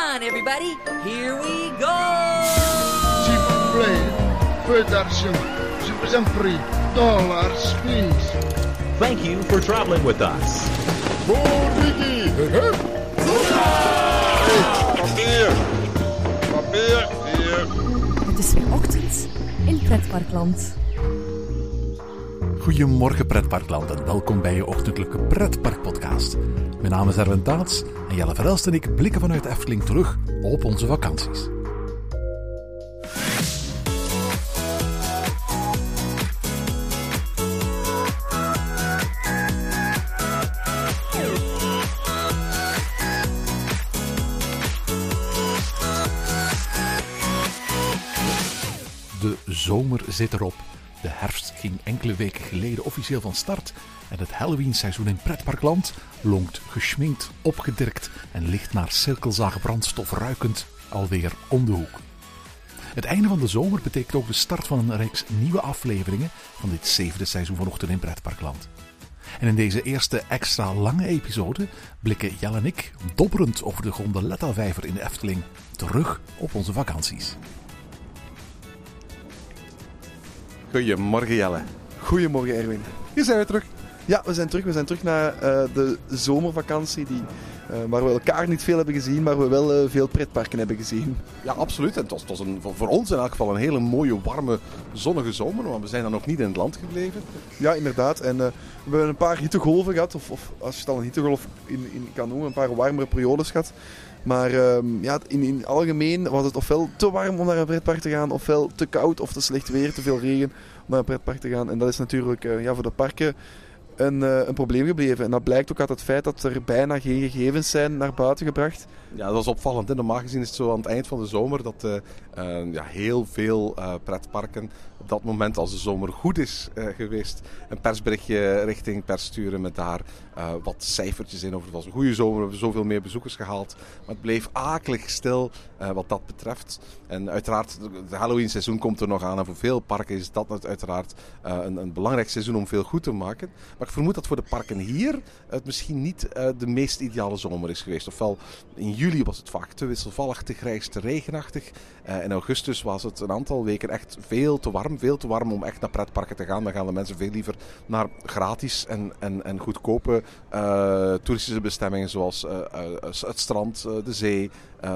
on, everybody. Here we go! S'il vous plaît, peu d'argent. Je vous en prie. Dollars, please. Thank you for traveling with us. Papier! Papier, hier. Het is weer ochtend in Pretparkland. Goedemorgen Pretparkland en welkom bij je ochtendelijke Pretparkpodcast. Mijn naam is Erwin Taats en Jelle Verhelst en ik blikken vanuit Efteling terug op onze vakanties. De zomer zit erop. De herfst ging enkele weken geleden officieel van start en het Halloween-seizoen in Pretparkland lonkt geschminkt, opgedirkt en ligt naar cirkelzagenbrandstof ruikend alweer om de hoek. Het einde van de zomer betekent ook de start van een reeks nieuwe afleveringen van dit 7e seizoen van Ochtend in Pretparkland. En in deze eerste extra lange episode blikken Jelle en ik, dobberend over de Gondoletta-vijver in de Efteling, terug op onze vakanties. Goedemorgen Jelle. Goedemorgen Erwin. Hier zijn we terug. Ja, we zijn terug na de zomervakantie waar we elkaar niet veel hebben gezien, maar we wel veel pretparken hebben gezien. Ja, absoluut. En het was voor ons in elk geval een hele mooie, warme, zonnige zomer, want we zijn dan nog niet in het land gebleven. Ja, inderdaad. En we hebben een paar hittegolven gehad, of als je het al een hittegolf in kan noemen, een paar warmere periodes gehad. Maar in het algemeen was het ofwel te warm om naar een pretpark te gaan, ofwel te koud of te slecht weer, te veel regen om naar een pretpark te gaan. En dat is natuurlijk voor de parken een probleem gebleven. En dat blijkt ook uit het feit dat er bijna geen gegevens zijn naar buiten gebracht. Ja, dat was opvallend. Normaal gezien is het zo aan het eind van de zomer dat heel veel pretparken op dat moment, als de zomer goed is geweest, een persberichtje richting pers sturen met daar wat cijfertjes in over het was een goede zomer, we hebben zoveel meer bezoekers gehaald. Maar het bleef akelig stil wat dat betreft. En uiteraard, het Halloween seizoen komt er nog aan en voor veel parken is dat uiteraard een belangrijk seizoen om veel goed te maken. Maar ik vermoed dat voor de parken hier het misschien niet de meest ideale zomer is geweest. Ofwel, in juli was het vaak te wisselvallig, te grijs, te regenachtig. In augustus was het een aantal weken echt veel te warm om echt naar pretparken te gaan. Dan gaan de mensen veel liever naar gratis en goedkope toeristische bestemmingen zoals het strand, de zee,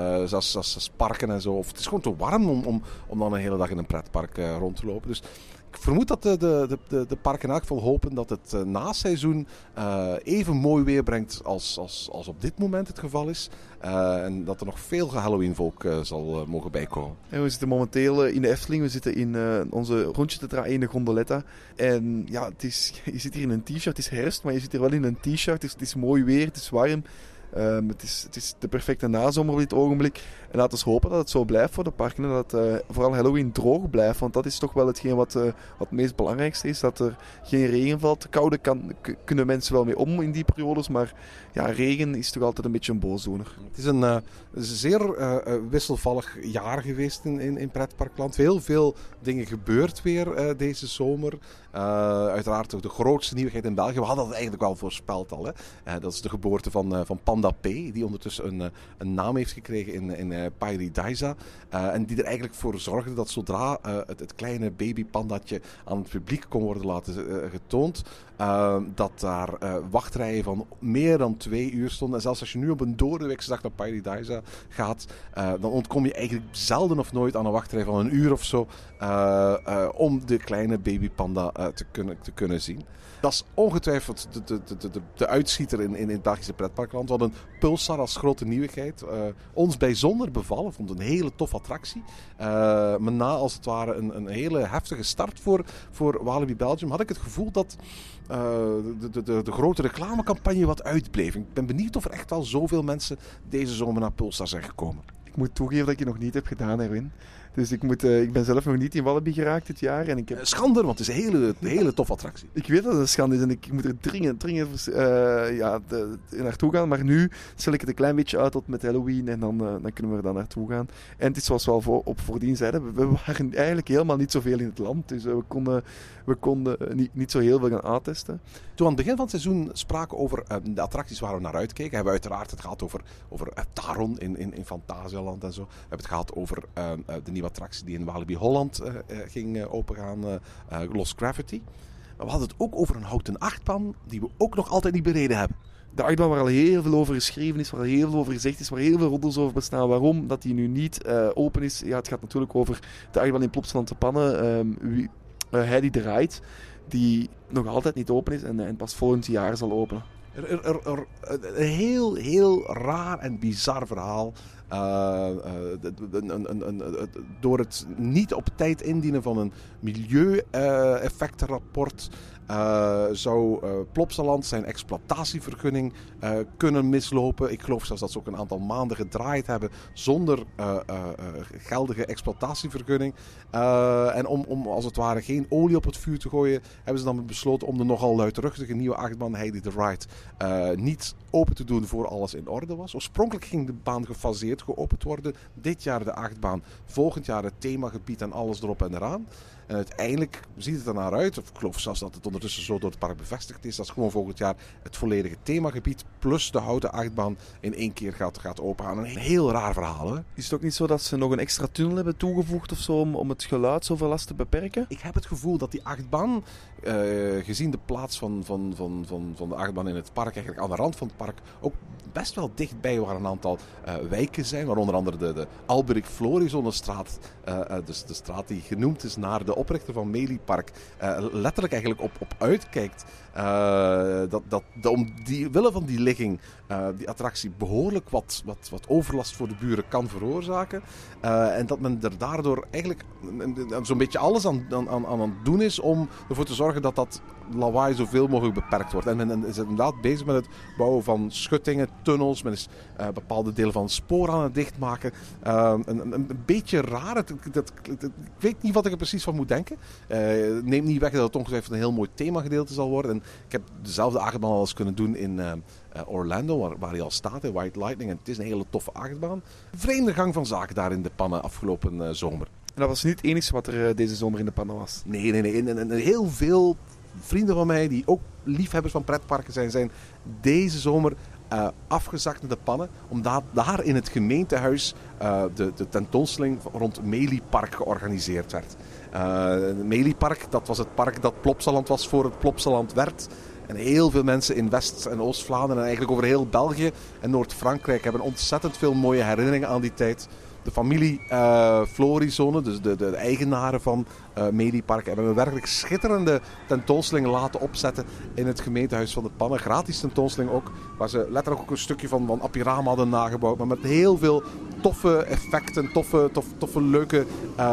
zoals parken en zo. Of het is gewoon te warm om dan een hele dag in een pretpark rond te lopen. Dus ik vermoed dat de parken in elk geval hopen dat het naseizoen even mooi weer brengt als op dit moment het geval is. En dat er nog veel Halloween-volk zal mogen bijkomen. En we zitten momenteel in de Efteling. We zitten in onze rondje te draaien in de Gondoletta. En ja, je zit hier in een t-shirt. Het is herfst, maar je zit hier wel in een t-shirt. Het is mooi weer, het is warm. Het is de perfecte nazomer op dit ogenblik. En laten we hopen dat het zo blijft voor de parken. En dat vooral Halloween droog blijft. Want dat is toch wel hetgeen wat het meest belangrijkste is. Dat er geen regen valt. Koude kunnen mensen wel mee om in die periodes. Maar ja, regen is toch altijd een beetje een boosdoener. Het is een zeer wisselvallig jaar geweest in pretparkland. Heel veel dingen gebeurt weer deze zomer. Uiteraard ook de grootste nieuwigheid in België. We hadden dat eigenlijk wel voorspeld al. Hè? Dat is de geboorte van Panda P. Die ondertussen een naam heeft gekregen in Paradise. En die er eigenlijk voor zorgde dat zodra het kleine babypandatje aan het publiek kon worden laten getoond, dat daar wachtrijen van meer dan 2 uur stonden. En zelfs als je nu op een doordeweekse dag naar Paradise gaat, dan ontkom je eigenlijk zelden of nooit aan een wachtrij van 1 uur of zo om de kleine babypanda te kunnen zien. Dat is ongetwijfeld de uitschieter in het Belgische pretparkland. We hadden Pulsar als grote nieuwigheid. Ons bijzonder bevallen. Vond een hele toffe attractie. Maar na als het ware een hele heftige start voor Walibi Belgium had ik het gevoel dat de grote reclamecampagne wat uitbleef. Ik ben benieuwd of er echt al zoveel mensen deze zomer naar Pulsar zijn gekomen. Ik moet toegeven dat ik het nog niet heb gedaan, Erwin. Dus ik ben zelf nog niet in Walibi geraakt dit jaar. En ik heb... Schande, want het is een hele toffe attractie. Ik weet dat het een schande is en ik moet er dringend naartoe gaan. Maar nu stel ik het een klein beetje uit tot met Halloween en dan kunnen we er dan naartoe gaan. En het is zoals we al voordien zeiden, we waren eigenlijk helemaal niet zoveel in het land. Dus we konden niet zo heel veel gaan aantesten. Toen aan het begin van het seizoen spraken over de attracties waar we naar uitkeken, hebben we uiteraard het gehad over Taron in Fantasialand en zo. We hebben het gehad over de nieuwe attractie die in Walibi Holland ging opengaan, Lost Gravity. Maar we hadden het ook over een houten achtbaan die we ook nog altijd niet bereden hebben. De achtbaan waar al heel veel over geschreven is, waar al heel veel over gezegd is, waar heel veel roddels over bestaan. Waarom dat die nu niet open is? Ja, het gaat natuurlijk over de achtbaan in Plopsaland te Pannen. Heidi de Ride, die nog altijd niet open is en pas volgend jaar zal openen. Een heel raar en bizar verhaal. Door het niet op tijd indienen van een milieueffectenrapport zou Plopsaland zijn exploitatievergunning kunnen mislopen. Ik geloof zelfs dat ze ook een aantal maanden gedraaid hebben zonder geldige exploitatievergunning. En om als het ware geen olie op het vuur te gooien, hebben ze dan besloten om de nogal luidruchtige nieuwe achtbaan Heidi the Ride niet open te doen voor alles in orde was. Oorspronkelijk ging de baan gefaseerd geopend worden. Dit jaar de achtbaan, volgend jaar het themagebied en alles erop en eraan. En uiteindelijk ziet het er naar uit, of ik geloof zelfs dat het ondertussen zo door het park bevestigd is, dat gewoon volgend jaar het volledige themagebied plus de houten achtbaan in één keer gaat opengaan. Een heel raar verhaal, hè? Is het ook niet zo dat ze nog een extra tunnel hebben toegevoegd of zo om het geluidsoverlast te beperken? Ik heb het gevoel dat die achtbaan, gezien de plaats van de achtbaan in het park, eigenlijk aan de rand van het park, ook best wel dichtbij waar een aantal wijken zijn, waar onder andere de Alberik-Florizonestraat, dus de straat die genoemd is naar de oprichter van Meliepark, letterlijk eigenlijk op uitkijkt. Om wille van die ligging die attractie behoorlijk wat overlast voor de buren kan veroorzaken. En dat men er daardoor eigenlijk zo'n beetje alles aan het doen is om ervoor te zorgen dat lawaai zoveel mogelijk beperkt wordt. En men is inderdaad bezig met het bouwen van schuttingen, tunnels. Men is bepaalde delen van het spoor aan het dichtmaken. Een beetje raar. Ik weet niet wat ik er precies van moet denken. Neemt niet weg dat het ongetwijfeld een heel mooi themagedeelte zal worden. En ik heb dezelfde achtbaan al eens kunnen doen in Orlando, waar hij al staat, in White Lightning. En het is een hele toffe achtbaan. Vreemde gang van zaken daar in de pannen afgelopen zomer. En dat was niet het enige wat er deze zomer in de pannen was? Nee. En heel veel vrienden van mij, die ook liefhebbers van pretparken zijn deze zomer afgezakt naar de pannen, omdat daar in het gemeentehuis de tentoonstelling rond Meliepark georganiseerd werd. Meliepark, dat was het park dat Plopsaland was voor het Plopsaland werd. En heel veel mensen in West- en Oost-Vlaanderen en eigenlijk over heel België en Noord-Frankrijk hebben ontzettend veel mooie herinneringen aan die tijd. De familie Florizone, dus de eigenaren van Meliepark, hebben een werkelijk schitterende tentoonstelling laten opzetten in het gemeentehuis van de Pannen. Gratis tentoonstelling ook, waar ze letterlijk ook een stukje van Apirama hadden nagebouwd, maar met heel veel toffe effecten, toffe leuke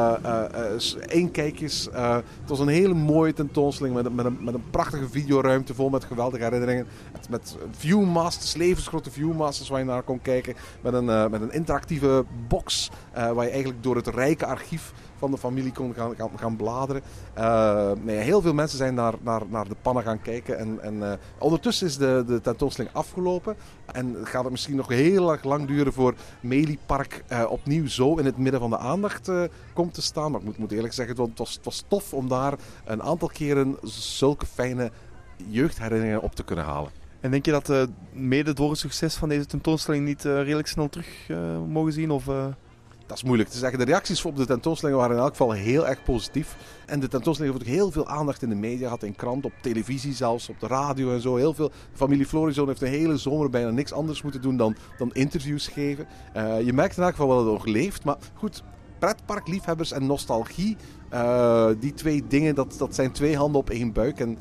inkijkjes. Het was een hele mooie tentoonstelling met een prachtige videoruimte vol met geweldige herinneringen. Met viewmasters, levensgrote viewmasters waar je naar kon kijken. Met een interactieve box waar je eigenlijk door het rijke archief van de familie kon gaan bladeren. Heel veel mensen zijn naar de pannen gaan kijken. En ondertussen is de tentoonstelling afgelopen. En gaat het misschien nog heel erg lang duren voor Meliepark opnieuw zo in het midden van de aandacht komt te staan. Maar ik moet eerlijk zeggen, het was tof om daar een aantal keren zulke fijne jeugdherinneringen op te kunnen halen. En denk je dat mede door het succes van deze tentoonstelling niet redelijk snel terug mogen zien? Of, Dat is moeilijk te zeggen. De reacties op de tentoonstelling waren in elk geval heel erg positief. En de tentoonstelling heeft ook heel veel aandacht in de media gehad, in krant, op televisie zelfs, op de radio en zo. Heel veel. De familie Florizone heeft een hele zomer bijna niks anders moeten doen dan interviews geven. Je merkt in elk geval wel dat het nog leeft. Maar goed, pretparkliefhebbers en nostalgie, die twee dingen, dat zijn twee handen op één buik. En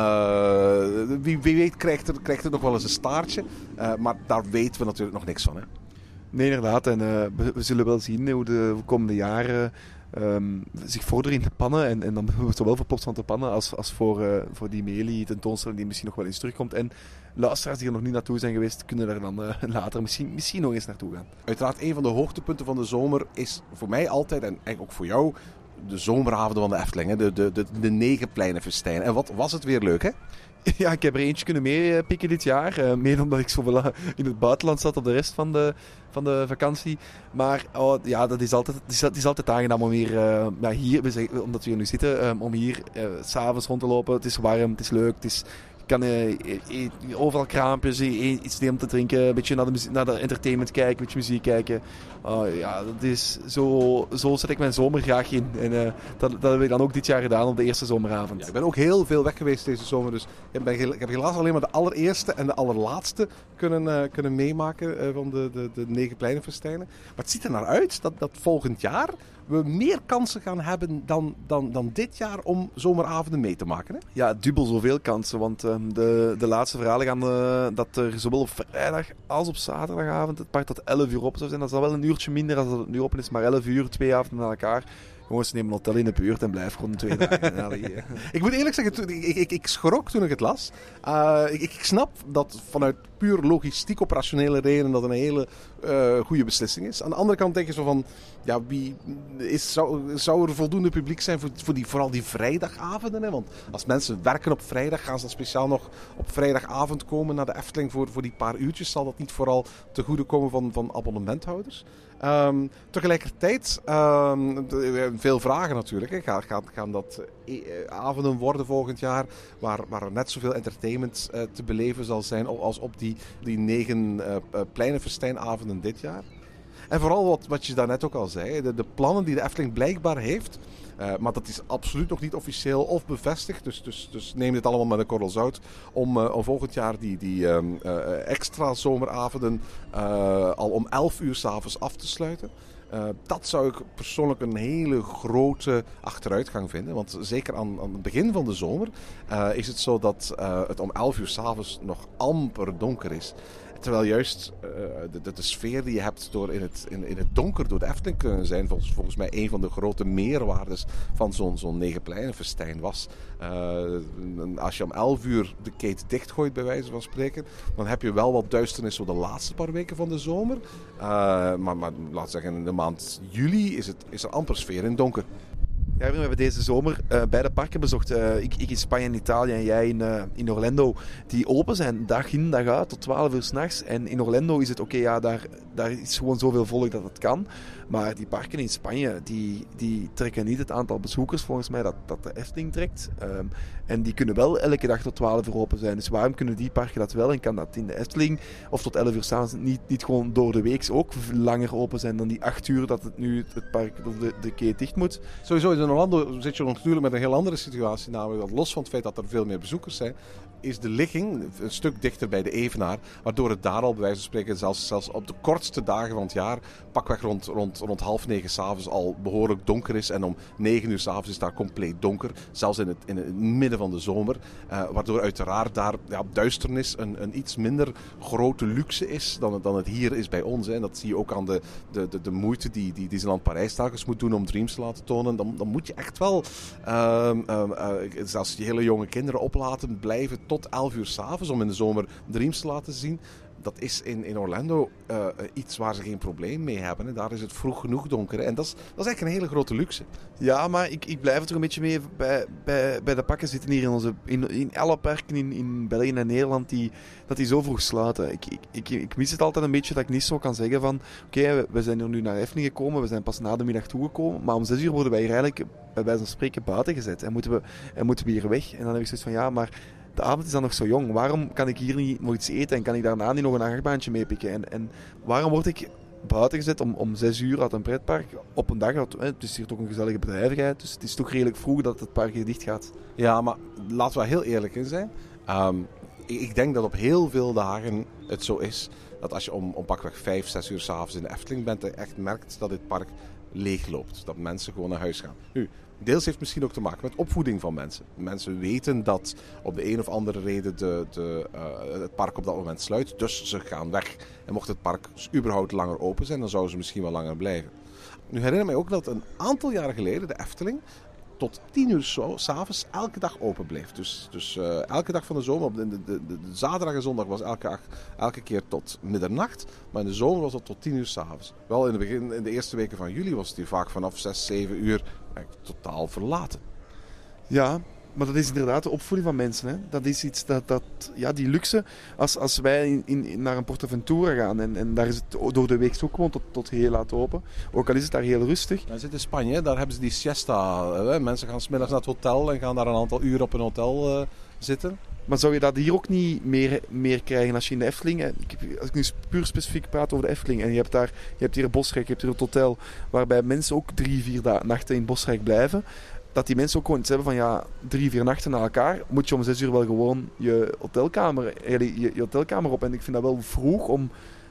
wie weet krijgt het nog wel eens een staartje. Maar daar weten we natuurlijk nog niks van, hè. Nee, inderdaad. En we zullen wel zien hoe de komende jaren zich vorderen in de pannen. En dan wordt zowel voor Plots van de Pannen als voor die Melie tentoonstelling die misschien nog wel eens terugkomt. En luisteraars die er nog niet naartoe zijn geweest, kunnen er dan later misschien nog eens naartoe gaan. Uiteraard, een van de hoogtepunten van de zomer is voor mij altijd, en eigenlijk ook voor jou, de zomeravonden van de Efteling. Hè? De 9 pleinenfestijnen. En wat was het weer leuk, hè? Ja, ik heb er eentje kunnen meepikken dit jaar. Meer omdat ik zoveel in het buitenland zat op de rest van de vakantie. Maar dat is altijd aangenaam om hier, omdat we hier nu zitten, om hier 's avonds rond te lopen. Het is warm, het is leuk, je kan overal kraampjes, iets nemen te drinken, een beetje naar de entertainment kijken, een beetje muziek kijken. Dat is zo zet ik mijn zomer graag in. En dat heb ik dan ook dit jaar gedaan op de eerste zomeravond. Ja, ik ben ook heel veel weg geweest deze zomer, dus ik heb helaas alleen maar de allereerste en de allerlaatste kunnen meemaken van de 9 pleinenfestijnen. Maar het ziet er naar uit dat volgend jaar we meer kansen gaan hebben dan dit jaar om zomeravonden mee te maken. Hè? Ja, dubbel zoveel kansen, want de laatste verhalen gaan dat er zowel op vrijdag als op zaterdagavond het park tot 11 uur open zou zijn. Dat is al wel een uurtje minder dan dat het nu open is, maar 11 uur, 2 avonden na elkaar. Jongens, neem een hotel in de buurt en blijf gewoon 2 dagen. Ik moet eerlijk zeggen, ik schrok toen ik het las. Ik snap dat vanuit puur logistiek operationele redenen dat een hele goede beslissing is. Aan de andere kant denk je zo van, ja, zou er voldoende publiek zijn vooral die vrijdagavonden? Hè? Want als mensen werken op vrijdag, gaan ze dan speciaal nog op vrijdagavond komen naar de Efteling voor die paar uurtjes. Zal dat niet vooral te goede komen van abonnementhouders? Tegelijkertijd, veel vragen natuurlijk. Hè. Gaan dat avonden worden volgend jaar waar er net zoveel entertainment te beleven zal zijn als op die 9 pleinenfestijnavonden dit jaar? En vooral wat je daarnet ook al zei, de plannen die de Efteling blijkbaar heeft, maar dat is absoluut nog niet officieel of bevestigd, dus neem dit allemaal met een korrel zout, om volgend jaar die extra zomeravonden al om 11 uur 's avonds af te sluiten. Dat zou ik persoonlijk een hele grote achteruitgang vinden. Want zeker aan het begin van de zomer is het zo dat het om 11 uur 's avonds nog amper donker is. Terwijl juist de sfeer die je hebt door in het donker door de Efteling kunnen zijn, volgens mij een van de grote meerwaardes van zo'n 9 pleinenfestijn was. Als je om 11 uur de gate dichtgooit, bij wijze van spreken, dan heb je wel wat duisternis zo de laatste paar weken van de zomer. Maar laten we zeggen, in de maand juli is er amper sfeer in het donker. Ja, we hebben deze zomer beide parken bezocht. Ik in Spanje en Italië en jij in Orlando. Die open zijn dag in dag uit tot 12 uur 's nachts. En in Orlando is het oké, daar is gewoon zoveel volk dat het kan. Maar die parken in Spanje, die trekken niet het aantal bezoekers volgens mij dat de Efteling trekt. En die kunnen wel elke dag tot 12 uur open zijn. Dus waarom kunnen die parken dat wel en kan dat in de Efteling of tot 11 uur 's avonds niet gewoon door de week ook langer open zijn dan die 8 uur dat het nu het park of de gate dicht moet? Sowieso in Orlando zit je natuurlijk met een heel andere situatie. Namelijk dat los van het feit dat er veel meer bezoekers zijn, is de ligging een stuk dichter bij de Evenaar. Waardoor het daar al bij wijze van spreken zelfs op de kortste dagen van het jaar pakweg rond 8:30 s'avonds al behoorlijk donker is. En om 9 uur s'avonds is daar compleet donker. Zelfs in het midden van de zomer. Waardoor uiteraard daar duisternis een iets minder grote luxe is dan het hier is bij ons. Hè. En dat zie je ook aan de moeite die Disneyland Parijs telkens moet doen om Dreams te laten tonen. Dan moet je echt wel zelfs je hele jonge kinderen op laten blijven tot 11 uur 's avonds om in de zomer Dreams te laten zien. Dat is in Orlando iets waar ze geen probleem mee hebben. Hè. Daar is het vroeg genoeg donker. Hè. En dat is eigenlijk een hele grote luxe. Ja, maar ik blijf er toch een beetje mee bij de pakken zitten hier in alle parken in België en Nederland dat die zo vroeg sluiten. Ik mis het altijd een beetje dat ik niet zo kan zeggen van oké, we zijn er nu naar Efteling gekomen, we zijn pas na de middag toegekomen, maar om 6 uur worden wij hier eigenlijk bij wijze van spreken buiten gezet en moeten we hier weg. En dan heb ik zoiets van ja, maar de avond is dan nog zo jong. Waarom kan ik hier niet nog iets eten en kan ik daarna niet nog een achtbaantje meepikken? En waarom word ik buiten gezet om 6 uur uit een pretpark op een dag? Het is hier toch een gezellige bedrijvigheid, dus het is toch redelijk vroeg dat het park hier dicht gaat. Ja, maar laten we heel eerlijk in zijn. Ik denk dat op heel veel dagen het zo is dat als je om pakweg 5-6 uur 's avonds in de Efteling bent, je echt merkt dat dit park leegloopt. Dat mensen gewoon naar huis gaan. Nu, deels heeft misschien ook te maken met opvoeding van mensen. Mensen weten dat op de een of andere reden het park op dat moment sluit. Dus ze gaan weg. En mocht het park überhaupt langer open zijn, dan zouden ze misschien wel langer blijven. Nu herinner ik mij ook dat een aantal jaren geleden de Efteling tot 10 uur 's avonds elke dag open bleef. Dus elke dag van de zomer, de zaterdag en zondag was elke keer tot middernacht. Maar in de zomer was dat tot 10 uur 's avonds. Wel in de eerste weken van juli was het hier vaak vanaf 6, 7 uur totaal verlaten. Ja, maar dat is inderdaad de opvoeding van mensen. Hè. Dat is iets ja, die luxe. Als wij naar een PortAventura gaan en daar is het door de week ook gewoon tot heel laat open. Ook al is het daar heel rustig. We zitten in Spanje, daar hebben ze die siesta. Mensen gaan 's middags naar het hotel en gaan daar een aantal uren op een hotel zitten. Maar zou je dat hier ook niet meer krijgen als je in de Efteling... Als ik nu puur specifiek praat over de Efteling... en je hebt hier Bosrijk, je hebt hier het hotel... waarbij mensen ook 3-4 nachten in Bosrijk blijven... dat die mensen ook gewoon iets hebben van... ja, 3-4 nachten na elkaar... moet je om 6 uur wel gewoon je hotelkamer op. En ik vind dat wel vroeg om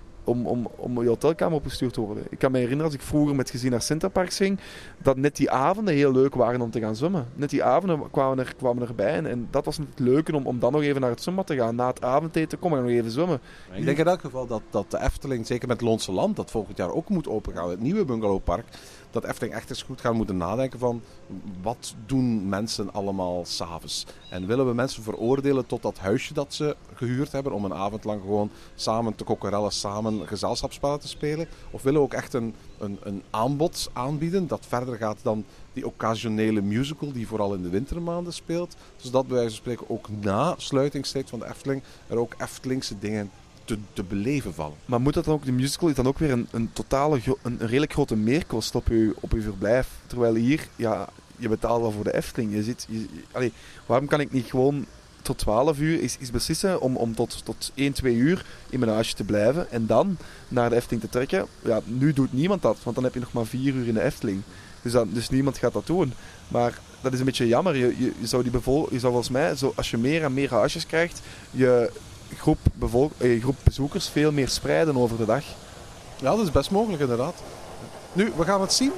je hotelkamer opgestuurd te worden. Ik kan me herinneren als ik vroeger met gezin naar Centerparks ging, dat net die avonden heel leuk waren om te gaan zwemmen. Net die avonden kwamen erbij en dat was het leuke om dan nog even naar het zwembad te gaan. Na het avondeten, kom maar nog even zwemmen. Ik denk in elk geval dat de Efteling, zeker met Loonse Land, dat volgend jaar ook moet opengaan, het nieuwe bungalowpark, dat Efteling echt eens goed gaan moeten nadenken van wat doen mensen allemaal 's avonds. En willen we mensen veroordelen tot dat huisje dat ze gehuurd hebben om een avond lang gewoon samen te kokkerellen, samen gezelschapsspellen te spelen? Of willen we ook echt een aanbod aanbieden dat verder gaat dan die occasionele musical die vooral in de wintermaanden speelt? Zodat bij wijze van spreken ook na sluitingstijd van de Efteling er ook Eftelingse dingen te beleven vallen. Maar moet dat dan ook, de musical is dan ook weer een redelijk grote meerkost op je verblijf? Terwijl hier, ja, je betaalt wel voor de Efteling. Waarom kan ik niet gewoon tot 12 uur is beslissen om tot 1, 2 uur in mijn huisje te blijven en dan naar de Efteling te trekken? Ja, nu doet niemand dat, want dan heb je nog maar 4 uur in de Efteling. Dus niemand gaat dat doen. Maar dat is een beetje jammer. Je zou volgens mij, als je meer en meer huisjes krijgt, je groep bezoekers veel meer spreiden over de dag. Ja, dat is best mogelijk inderdaad. Nu, we gaan het zien.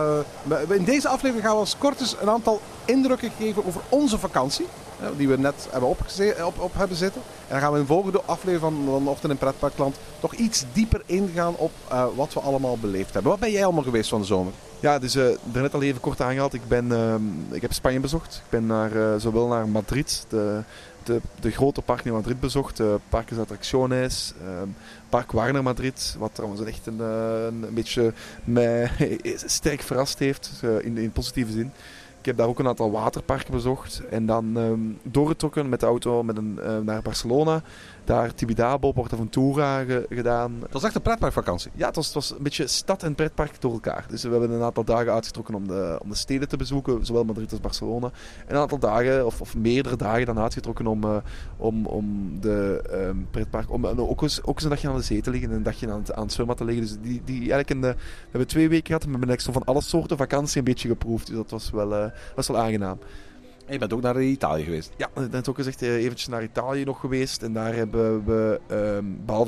In deze aflevering gaan we als kort eens een aantal indrukken geven over onze vakantie. Die we net hebben op hebben zitten. En dan gaan we in de volgende aflevering van Ochtend in Pretparkland toch iets dieper ingaan op wat we allemaal beleefd hebben. Wat ben jij allemaal geweest van de zomer? Ja, dus daarnet al even kort aangehaald. Ik heb Spanje bezocht. Ik ben zowel naar Madrid, de grote park in Madrid bezocht. Parques Atracciones, Park Warner Madrid. Wat trouwens echt een beetje mij sterk verrast heeft, in positieve zin. Ik heb daar ook een aantal waterparken bezocht. En dan doorgetrokken met de auto naar Barcelona. Daar Tibidabo, PortAventura gedaan. Het was echt een pretparkvakantie? Ja, het was een beetje stad en pretpark door elkaar. Dus we hebben een aantal dagen uitgetrokken om de steden te bezoeken. Zowel Madrid als Barcelona. En een aantal dagen, of meerdere dagen dan uitgetrokken om de pretpark. Om ook eens een dagje aan de zee te liggen en een dagje aan het zwembad te liggen. Dus we hebben 2 weken gehad en we hebben echt zo van alle soorten vakantie een beetje geproefd. Dus dat was wel aangenaam. En je bent ook naar Italië geweest? Ja, ik ben ook gezegd eventjes naar Italië nog geweest. En daar hebben we, behalve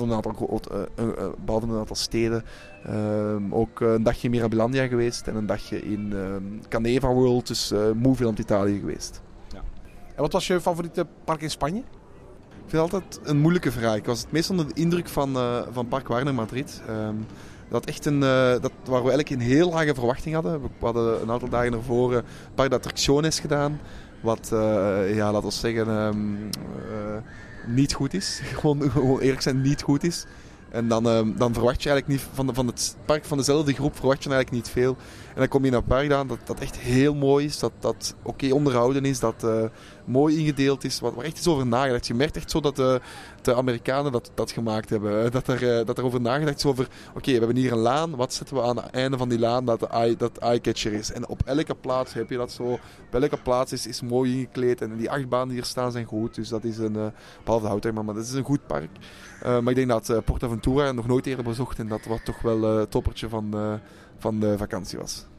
een aantal steden, ook een dagje in Mirabilandia geweest. En een dagje in Caneva World, dus Movieland Italië geweest. Ja. En wat was je favoriete park in Spanje? Ik vind het altijd een moeilijke vraag. Ik was het meest onder de indruk van Park Warner Madrid. Dat echt waar we eigenlijk een heel lage verwachting hadden. We hadden een aantal dagen ervoor een Park d'Attracciones gedaan. Wat, laten we zeggen, niet goed is. Gewoon eerlijk zijn, niet goed is. En dan verwacht je eigenlijk niet van het park van dezelfde groep verwacht je eigenlijk niet veel. En dan kom je naar een park aan dat echt heel mooi is, dat oké onderhouden is, dat mooi ingedeeld is, waar echt is over nagedacht. Je merkt echt zo dat de Amerikanen dat gemaakt hebben. Dat er over nagedacht is over, oké, we hebben hier een laan, wat zetten we aan het einde van die laan dat eye-catcher is. En op elke plaats heb je dat zo. Op elke plaats is mooi ingekleed en die 8 banen die hier staan zijn goed. Dus dat is behalve de houttuin, maar dat is een goed park. Maar ik denk dat PortAventura nog nooit eerder bezocht en dat wat toch wel het toppertje van de vakantie was.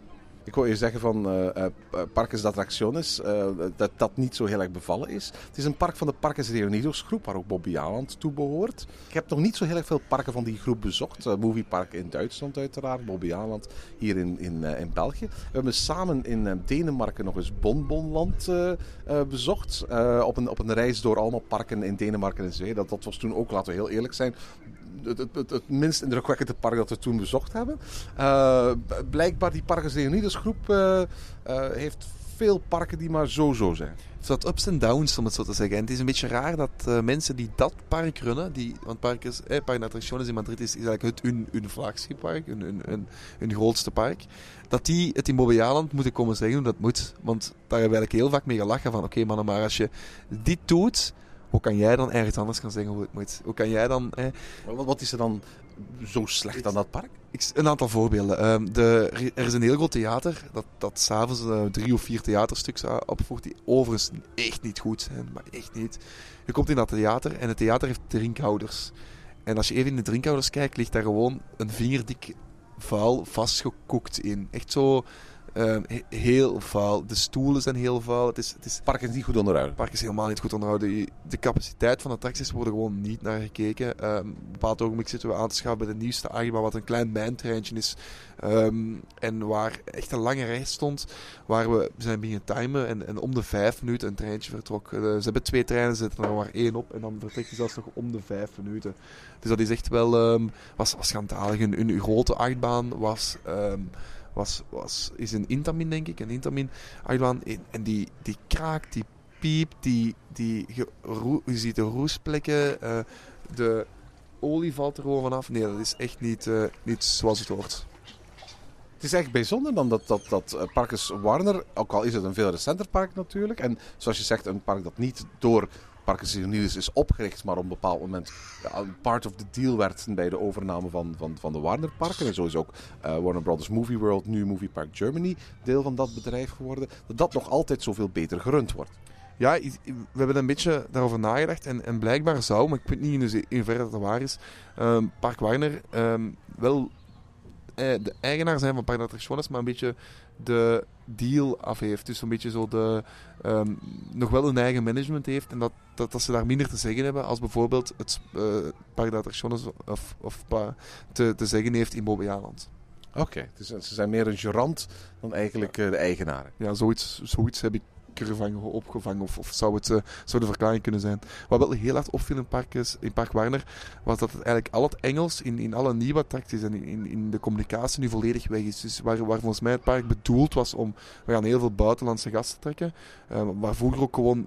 Ik wou je zeggen van Parques de Atracciones, dat niet zo heel erg bevallen is. Het is een park van de Parques Reunidos groep, waar ook Bobby Aland toe behoort. Ik heb nog niet zo heel erg veel parken van die groep bezocht. Moviepark in Duitsland uiteraard, Bobby Aland hier in België. We hebben samen in Denemarken nog eens Bonbonland bezocht. Op een reis door allemaal parken in Denemarken en Zweden. Dat was toen ook, laten we heel eerlijk zijn, het minst indrukwekkende park dat we toen bezocht hebben. Blijkbaar die Parques Reunidos groep heeft veel parken die maar zo zijn. Het is wat ups en downs, om het zo te zeggen. En het is een beetje raar dat mensen die dat park runnen, want Park de Atracciones in Madrid is eigenlijk hun vlagschippark, hun grootste park, dat die het in Bobby Aland moeten komen zeggen hoe dat moet. Want daar hebben we eigenlijk heel vaak mee gelachen van, oké, mannen, maar als je dit doet, hoe kan jij dan ergens anders gaan zeggen hoe het moet? Hoe kan jij dan... Wat is er dan zo slecht aan dat park? Een aantal voorbeelden. Er is een heel groot theater dat s'avonds 3 of 4 theaterstukken opvoert die overigens echt niet goed zijn, maar echt niet. Je komt in dat theater en het theater heeft drinkhouders. En als je even in de drinkhouders kijkt, ligt daar gewoon een vingerdik vuil vastgekoekt in. Echt zo... heel vuil. De stoelen zijn heel vuil. Het park is niet goed onderhouden. Het park is helemaal niet goed onderhouden. De capaciteit van de attracties wordt er gewoon niet naar gekeken. Op een bepaald ogenblik zitten we aan te schaven bij de nieuwste achtbaan, wat een klein mijntreintje is. En waar echt een lange rij stond, waar we zijn beginnen timen en om de 5 minuten een treintje vertrok. Ze hebben 2 treinen, ze zetten er maar 1 op en dan vertrekt hij zelfs nog om de 5 minuten. Dus dat is echt wel... was schandalig. Een grote achtbaan is een Intamin, denk ik. Een Intamin achtbaan. En die kraakt, die piept, je ziet de roestplekken, de olie valt er gewoon vanaf. Nee, dat is echt niet zoals het hoort. Het is eigenlijk bijzonder dan dat Parques Warner, ook al is het een veel recenter park natuurlijk, en zoals je zegt, een park dat niet door Parques Reunidos is opgericht, maar op een bepaald moment part of the deal werd bij de overname van de Warner parken. En zo is ook Warner Brothers Movie World, nu Movie Park Germany, deel van dat bedrijf geworden. Dat nog altijd zoveel beter gerund wordt. Ja, we hebben een beetje daarover nagedacht en blijkbaar zou, maar ik weet niet in hoeverre dat waar is, Park Warner wel de eigenaar zijn van Park de Atracciones, maar een beetje de deal af heeft. Dus een beetje zo nog wel een eigen management heeft en dat ze daar minder te zeggen hebben als bijvoorbeeld het Park de Atracciones te zeggen heeft in Bobby Aland. Oké, dus ze zijn meer een gerant dan eigenlijk de eigenaren. Ja, zoiets heb ik ervan opgevangen of zou de verklaring kunnen zijn. Wat wel heel hard opviel in Park Warner was dat het eigenlijk al het Engels in alle nieuwe attracties en in de communicatie nu volledig weg is. Dus waar volgens mij het park bedoeld was om, we gaan heel veel buitenlandse gasten trekken, waar vroeger ook gewoon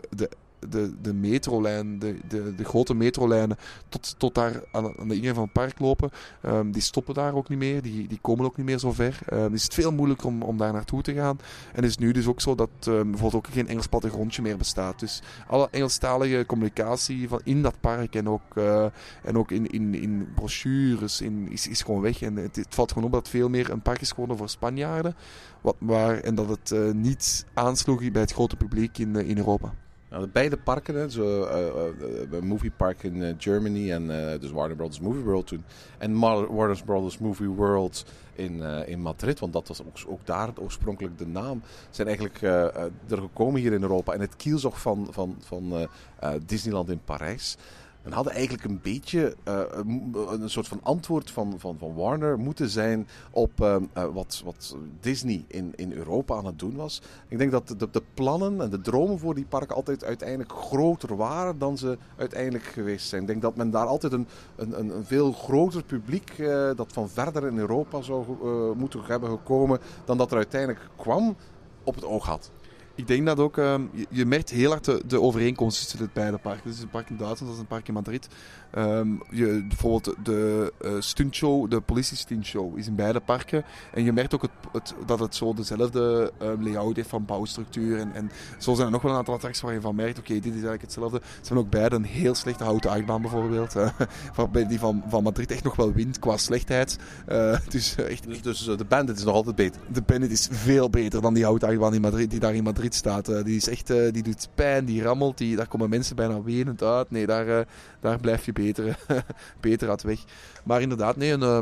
de metrolijn, de grote metrolijnen tot daar aan de ingang van het park lopen, die stoppen daar ook niet meer, die komen ook niet meer zo ver. Is het veel moeilijker om daar naartoe te gaan. En is nu dus ook zo dat bijvoorbeeld ook geen Engels plattegrondje meer bestaat. Dus alle Engelstalige communicatie in dat park en ook in brochures is gewoon weg. En het valt gewoon op dat het veel meer een park is geworden voor Spanjaarden. En dat het niet ansloeg bij het grote publiek in Europa. Nou, beide parken, Movie Park in Germany en dus Warner Brothers Movie World toen. En Warner Brothers Movie World in Madrid, want dat was ook daar oorspronkelijk de naam. Zijn eigenlijk er gekomen hier in Europa in het kielzog van Disneyland in Parijs. En hadden eigenlijk een beetje een soort van antwoord van Warner moeten zijn op wat Disney in Europa aan het doen was. Ik denk dat de plannen en de dromen voor die parken altijd uiteindelijk groter waren dan ze uiteindelijk geweest zijn. Ik denk dat men daar altijd een veel groter publiek dat van verder in Europa zou moeten hebben gekomen dan dat er uiteindelijk kwam op het oog had. Ik denk dat ook, je merkt heel hard de overeenkomst tussen de beide parken. Dus een park in Duitsland als een park in Madrid. Bijvoorbeeld de stuntshow, de politie-stuntshow is in beide parken. En je merkt ook dat het zo dezelfde layout heeft van bouwstructuur. En zo zijn er nog wel een aantal attracties waar je van merkt, oké, dit is eigenlijk hetzelfde. Ze hebben ook beide een heel slechte houten achtbaan bijvoorbeeld. Waarbij die van Madrid echt nog wel wint qua slechtheid. Dus de Bandit is nog altijd beter. De Bandit is veel beter dan die houten achtbaan die daar in Madrid staat. Die is echt, die doet pijn, die rammelt, daar komen mensen bijna wenend uit. Nee, daar blijf je beter uit weg. Maar inderdaad,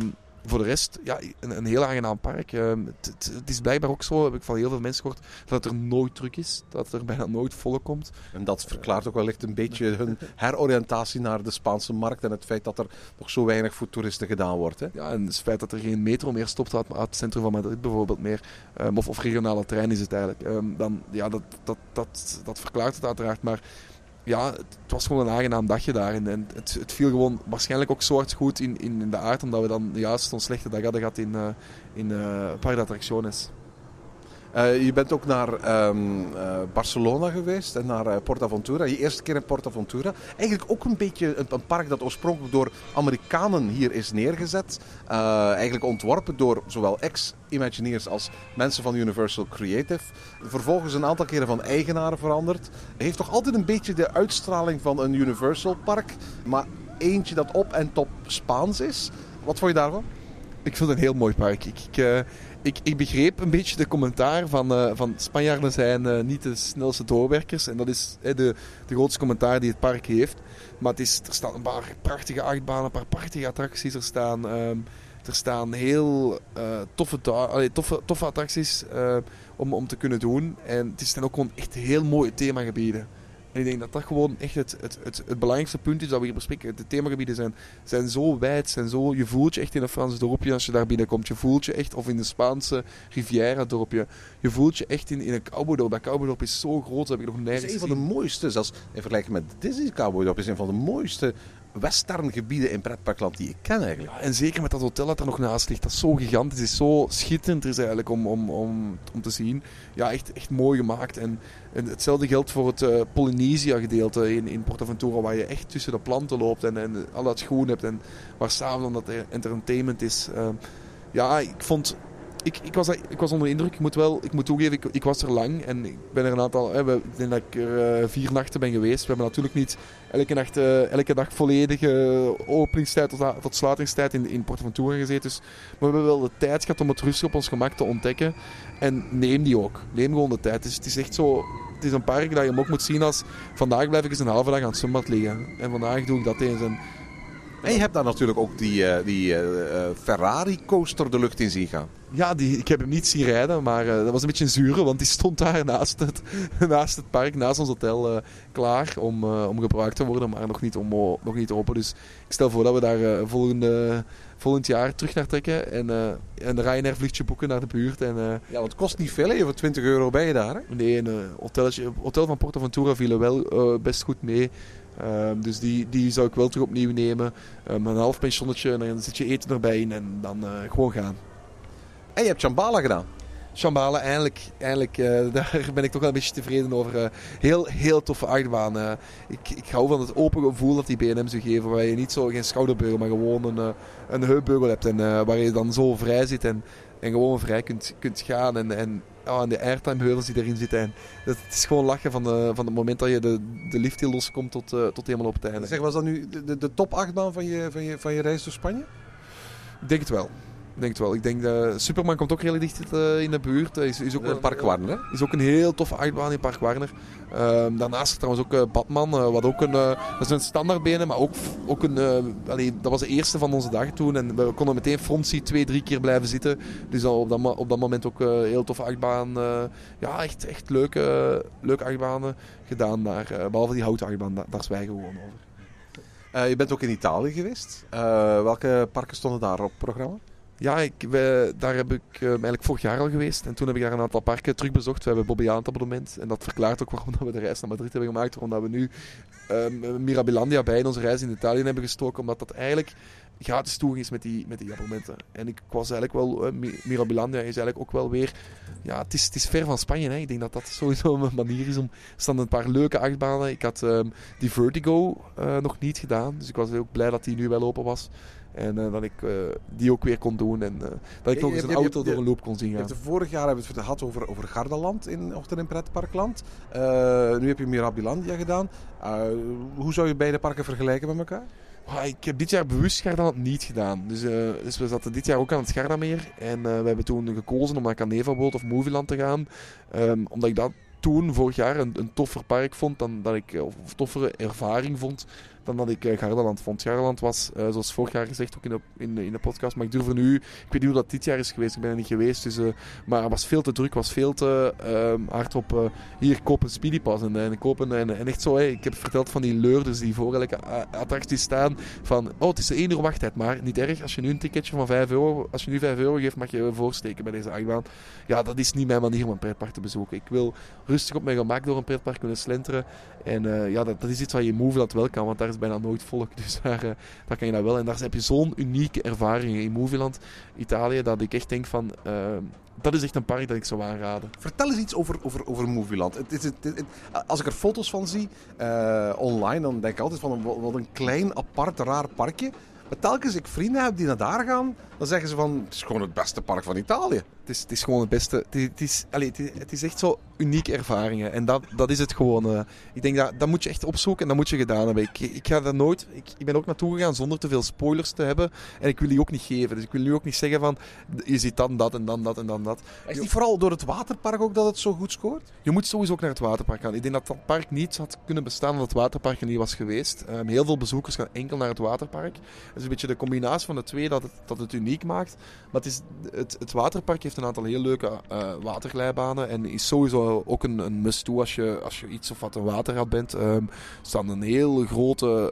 Voor de rest, ja, een heel aangenaam park. Het is blijkbaar ook zo, heb ik van heel veel mensen gehoord, dat het er nooit druk is. Dat het er bijna nooit volle komt. En dat verklaart ook wellicht een beetje hun heroriëntatie naar de Spaanse markt en het feit dat er nog zo weinig voor toeristen gedaan wordt. Hè? Ja, en het feit dat er geen metro meer stopt uit het centrum van Madrid bijvoorbeeld meer, of regionale trein is het eigenlijk, dan, ja, dat verklaart het uiteraard. Maar ja, het was gewoon een aangenaam dagje daar. En het viel gewoon waarschijnlijk ook zo hard goed in de aard, omdat we dan juist zo'n slechte dag hadden gehad in Parque de Atracciones. Je bent ook naar Barcelona geweest en naar PortAventura. Je eerste keer in PortAventura. Eigenlijk ook een beetje een park dat oorspronkelijk door Amerikanen hier is neergezet. Eigenlijk ontworpen door zowel ex-Imagineers als mensen van Universal Creative. Vervolgens een aantal keren van eigenaren veranderd. Heeft toch altijd een beetje de uitstraling van een Universal park. Maar eentje dat op en top Spaans is. Wat vond je daarvan? Ik vind het een heel mooi park. Ik begreep een beetje de commentaar van Spanjaarden zijn niet de snelste doorwerkers. En dat is de grootste commentaar die het park heeft. Maar er staan een paar prachtige achtbanen, een paar prachtige attracties. Er staan heel toffe attracties om te kunnen doen. En het zijn ook gewoon echt heel mooie themagebieden. En ik denk dat dat gewoon echt het belangrijkste punt is dat we hier bespreken. De themagebieden zijn zo wijd, je voelt je echt in een Frans dorpje als je daar binnenkomt. Je voelt je echt, of in een Spaanse Riviera dorpje, je voelt je echt in een cowboydorp. Dat cowboydorp is zo groot, dat heb ik nog nergens gezien. Het is een van de mooiste, zelfs in vergelijking met Disney cowboydorp, is een van de mooiste westerngebieden in pretparkland die ik ken eigenlijk. Ja, en zeker met dat hotel dat er nog naast ligt. Dat is zo gigantisch, het is zo schitterend is eigenlijk om te zien. Ja, echt mooi gemaakt. En hetzelfde geldt voor het Polynesia gedeelte in PortAventura, waar je echt tussen de planten loopt en al dat groen hebt en waar s'avonds dan dat entertainment is. Ja, ik was onder de indruk. Ik moet toegeven, ik was er lang en ik ben er een aantal. Ik denk dat ik er 4 nachten ben geweest. We hebben natuurlijk niet elke dag volledige openingstijd tot sluitingstijd in PortAventura gezeten. Dus, maar we hebben wel de tijd gehad om het rustig op ons gemak te ontdekken. En neem die ook. Neem gewoon de tijd. Dus het is echt zo. Het is een park dat je hem ook moet zien als vandaag blijf ik eens een halve dag aan het zwembad liggen. En vandaag doe ik dat eens. En je hebt daar natuurlijk ook die Ferrari-coaster de lucht in zien gaan. Ja, ik heb hem niet zien rijden, maar dat was een beetje een zure, want die stond daar naast het park, naast ons hotel, klaar om gebruikt te worden, maar nog niet open. Dus ik stel voor dat we daar volgend jaar terug naar trekken en een Ryanair vluchtje boeken naar de buurt. Ja, want het kost niet veel, hè? Voor €20 ben je daar, hè? Nee, een hotel van PortAventura viel wel best goed mee. Dus die zou ik wel terug opnieuw nemen. Een half pensionnetje en dan zit je eten erbij in en dan gewoon gaan. En je hebt Shambhala gedaan. Shambhala, eindelijk daar ben ik toch wel een beetje tevreden over. Heel toffe achtbaan. Ik hou van het open gevoel dat die B&M zou geven, waar je niet zo geen schouderbeugel, maar gewoon een heupbeugel hebt en waar je dan zo vrij zit en gewoon vrij kunt gaan en de airtime-heuvels die erin zitten. En het is gewoon lachen van het moment dat je de lift heel loskomt tot helemaal op het einde. Zeg, was dat nu de top 8-baan van je reis door Spanje? Ik denk het wel. Ik denk dat Superman komt ook heel dicht in de buurt. Is ook in Park Warner, hè? Is ook een heel toffe achtbaan in Park Warner. Daarnaast is trouwens ook Batman, wat ook dat is een standaard benen, maar ook een. Dat was de eerste van onze dag toen en we konden meteen frontseat 2-3 keer blijven zitten. Dus op dat moment ook heel toffe achtbaan. Ja, echt leuke achtbanen gedaan daar. Behalve die houten achtbaan, daar zwijgen we gewoon over. Je bent ook in Italië geweest. Welke parken stonden daar op programma? Ja, daar heb ik eigenlijk vorig jaar al geweest. En toen heb ik daar een aantal parken terugbezocht. We hebben Bobbejaanland abonnement. En dat verklaart ook waarom we de reis naar Madrid hebben gemaakt. Omdat we nu Mirabilandia bij in onze reis in Italië hebben gestoken. Omdat dat eigenlijk gratis toegang is met die abonnementen. En ik was eigenlijk wel... Mirabilandia is eigenlijk ook wel weer... Ja, het is ver van Spanje. Hè. Ik denk dat dat sowieso een manier is om... Er staan een paar leuke achtbanen. Ik had die Vertigo nog niet gedaan. Dus ik was ook blij dat die nu wel open was. En dat ik die ook weer kon doen. En dat ik nog eens een auto door een loop kon zien gaan. Vorig jaar hebben we het gehad over Gardaland in Pretparkland. Nu heb je Mirabilandia gedaan. Hoe zou je beide parken vergelijken met elkaar? Ik heb dit jaar bewust Gardaland niet gedaan. Dus we zaten dit jaar ook aan het Gardameer. En we hebben toen gekozen om naar Canevaboot of Movieland te gaan. Omdat ik dat toen vorig jaar een toffer park vond dan dat ik, of toffere ervaring vond dan dat ik Gardaland vond. Gardaland was, zoals vorig jaar gezegd, ook in de podcast. Maar ik durf er nu... Ik weet niet hoe dat dit jaar is geweest. Ik ben er niet geweest. Dus, maar het was veel te druk. was veel te hard op... hier, koop een Speedypass. En kopen... En echt zo, ik heb verteld van die leurders die voor elke attractie staan. Van, het is 1 uur wachttijd. Maar niet erg. Als je nu een ticketje van €5... Als je nu €5 geeft, mag je voorsteken bij deze achtbaan. Ja, dat is niet mijn manier om een pretpark te bezoeken. Ik wil rustig op mijn gemak door een pretpark kunnen slenteren. En dat is iets wat je in Movieland wel kan, want daar is bijna nooit volk. Dus daar kan je dat wel. En daar heb je zo'n unieke ervaring in Movieland, Italië, dat ik echt denk van... dat is echt een park dat ik zou aanraden. Vertel eens iets over Movieland. Als ik er foto's van zie online, dan denk ik altijd van wat een klein, apart, raar parkje. Maar telkens ik vrienden heb die naar daar gaan, dan zeggen ze van, het is gewoon het beste park van Italië. Het is gewoon het beste. Het is echt zo unieke ervaringen. En dat is het gewoon. Ik denk dat moet je echt opzoeken en dat moet je gedaan hebben. Ik ga daar nooit... Ik ben ook naartoe gegaan zonder te veel spoilers te hebben. En ik wil die ook niet geven. Dus ik wil nu ook niet zeggen van, je ziet dan dat en dan dat en dan dat. Is niet vooral door het waterpark ook dat het zo goed scoort? Je moet sowieso ook naar het waterpark gaan. Ik denk dat dat park niet had kunnen bestaan als het waterpark er niet was geweest. Heel veel bezoekers gaan enkel naar het waterpark. Het is een beetje de combinatie van de twee dat het uniek maakt. Maar het waterpark heeft een aantal heel leuke waterglijbanen en is sowieso ook een must-do als je iets of wat een waterrad bent. Er staat een heel grote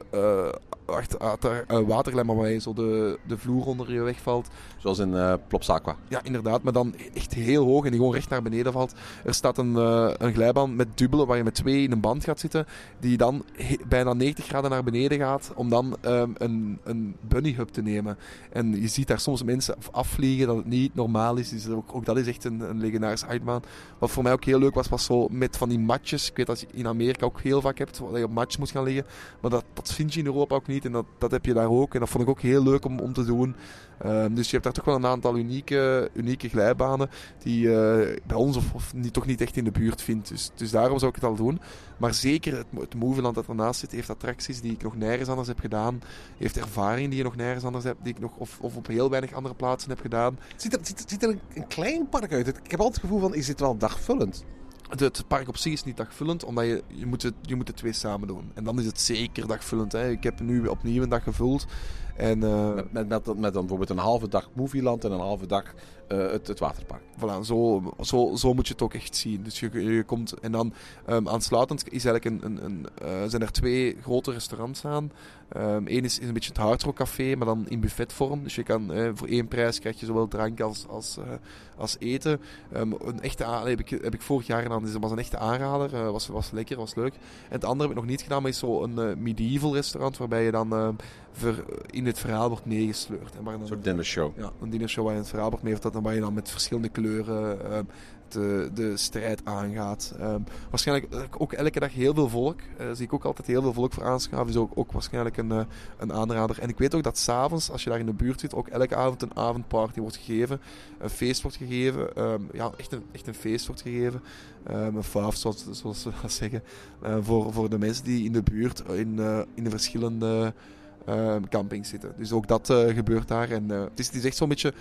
waterglijbaan waar je zo de vloer onder je wegvalt. Zoals in Plopsaqua. Ja, inderdaad, maar dan echt heel hoog en die gewoon recht naar beneden valt. Er staat een glijbaan met dubbelen waar je met 2 in een band gaat zitten, die dan bijna 90 graden naar beneden gaat om dan een bunny hub te nemen. En je ziet daar soms mensen afvliegen dat het niet normaal is. Dus ook dat is echt een legendarische achtbaan. Wat voor mij ook heel leuk was zo met van die matjes. Ik weet dat je in Amerika ook heel vaak hebt, dat je op matjes moet gaan liggen. Maar dat vind je in Europa ook niet en dat heb je daar ook. En dat vond ik ook heel leuk om te doen. Dus je hebt daar toch wel een aantal unieke glijbanen die bij ons toch niet echt in de buurt vindt. Dus daarom zou ik het al doen. Maar zeker het Movieland dat ernaast zit, heeft attracties die ik nog nergens anders heb gedaan. Heeft ervaring die je nog nergens anders hebt, die ik nog of op heel weinig andere plaatsen heb gedaan. Ziet er een klein park uit? Ik heb altijd het gevoel van, is dit wel dagvullend? Het park op zich is niet dagvullend, omdat je moet de 2 samen doen. En dan is het zeker dagvullend. Hè. Ik heb nu opnieuw een dag gevuld. En, met dan bijvoorbeeld een halve dag Movieland en een halve dag het waterpark. Voilà, zo moet je het ook echt zien. Dus je komt en dan aansluitend is eigenlijk zijn er 2 grote restaurants aan. Eén is een beetje het Hard Rock Café, maar dan in buffetvorm. Dus je kan voor 1 prijs krijg je zowel drank als eten. Een echte heb ik vorig jaar gedaan. Dus dat was een echte aanrader. Was lekker, was leuk. En het andere heb ik nog niet gedaan, maar is zo een medieval restaurant waarbij je dan in het verhaal wordt meegesleurd. Een soort dinnershow. Ja, een dinnershow waar je in het verhaal wordt meegesleurd en waar je dan met verschillende kleuren de strijd aangaat. Waarschijnlijk ook elke dag heel veel volk. Zie ik ook altijd heel veel volk voor aanschaven. Dus ook waarschijnlijk een aanrader. En ik weet ook dat 's avonds, als je daar in de buurt zit, ook elke avond een avondparty wordt gegeven. Een feest wordt gegeven. Echt een feest wordt gegeven. Een faaf, zoals we dat zeggen. Voor de mensen die in de buurt in de verschillende campings zitten. Dus ook dat gebeurt daar. En het is echt zo'n beetje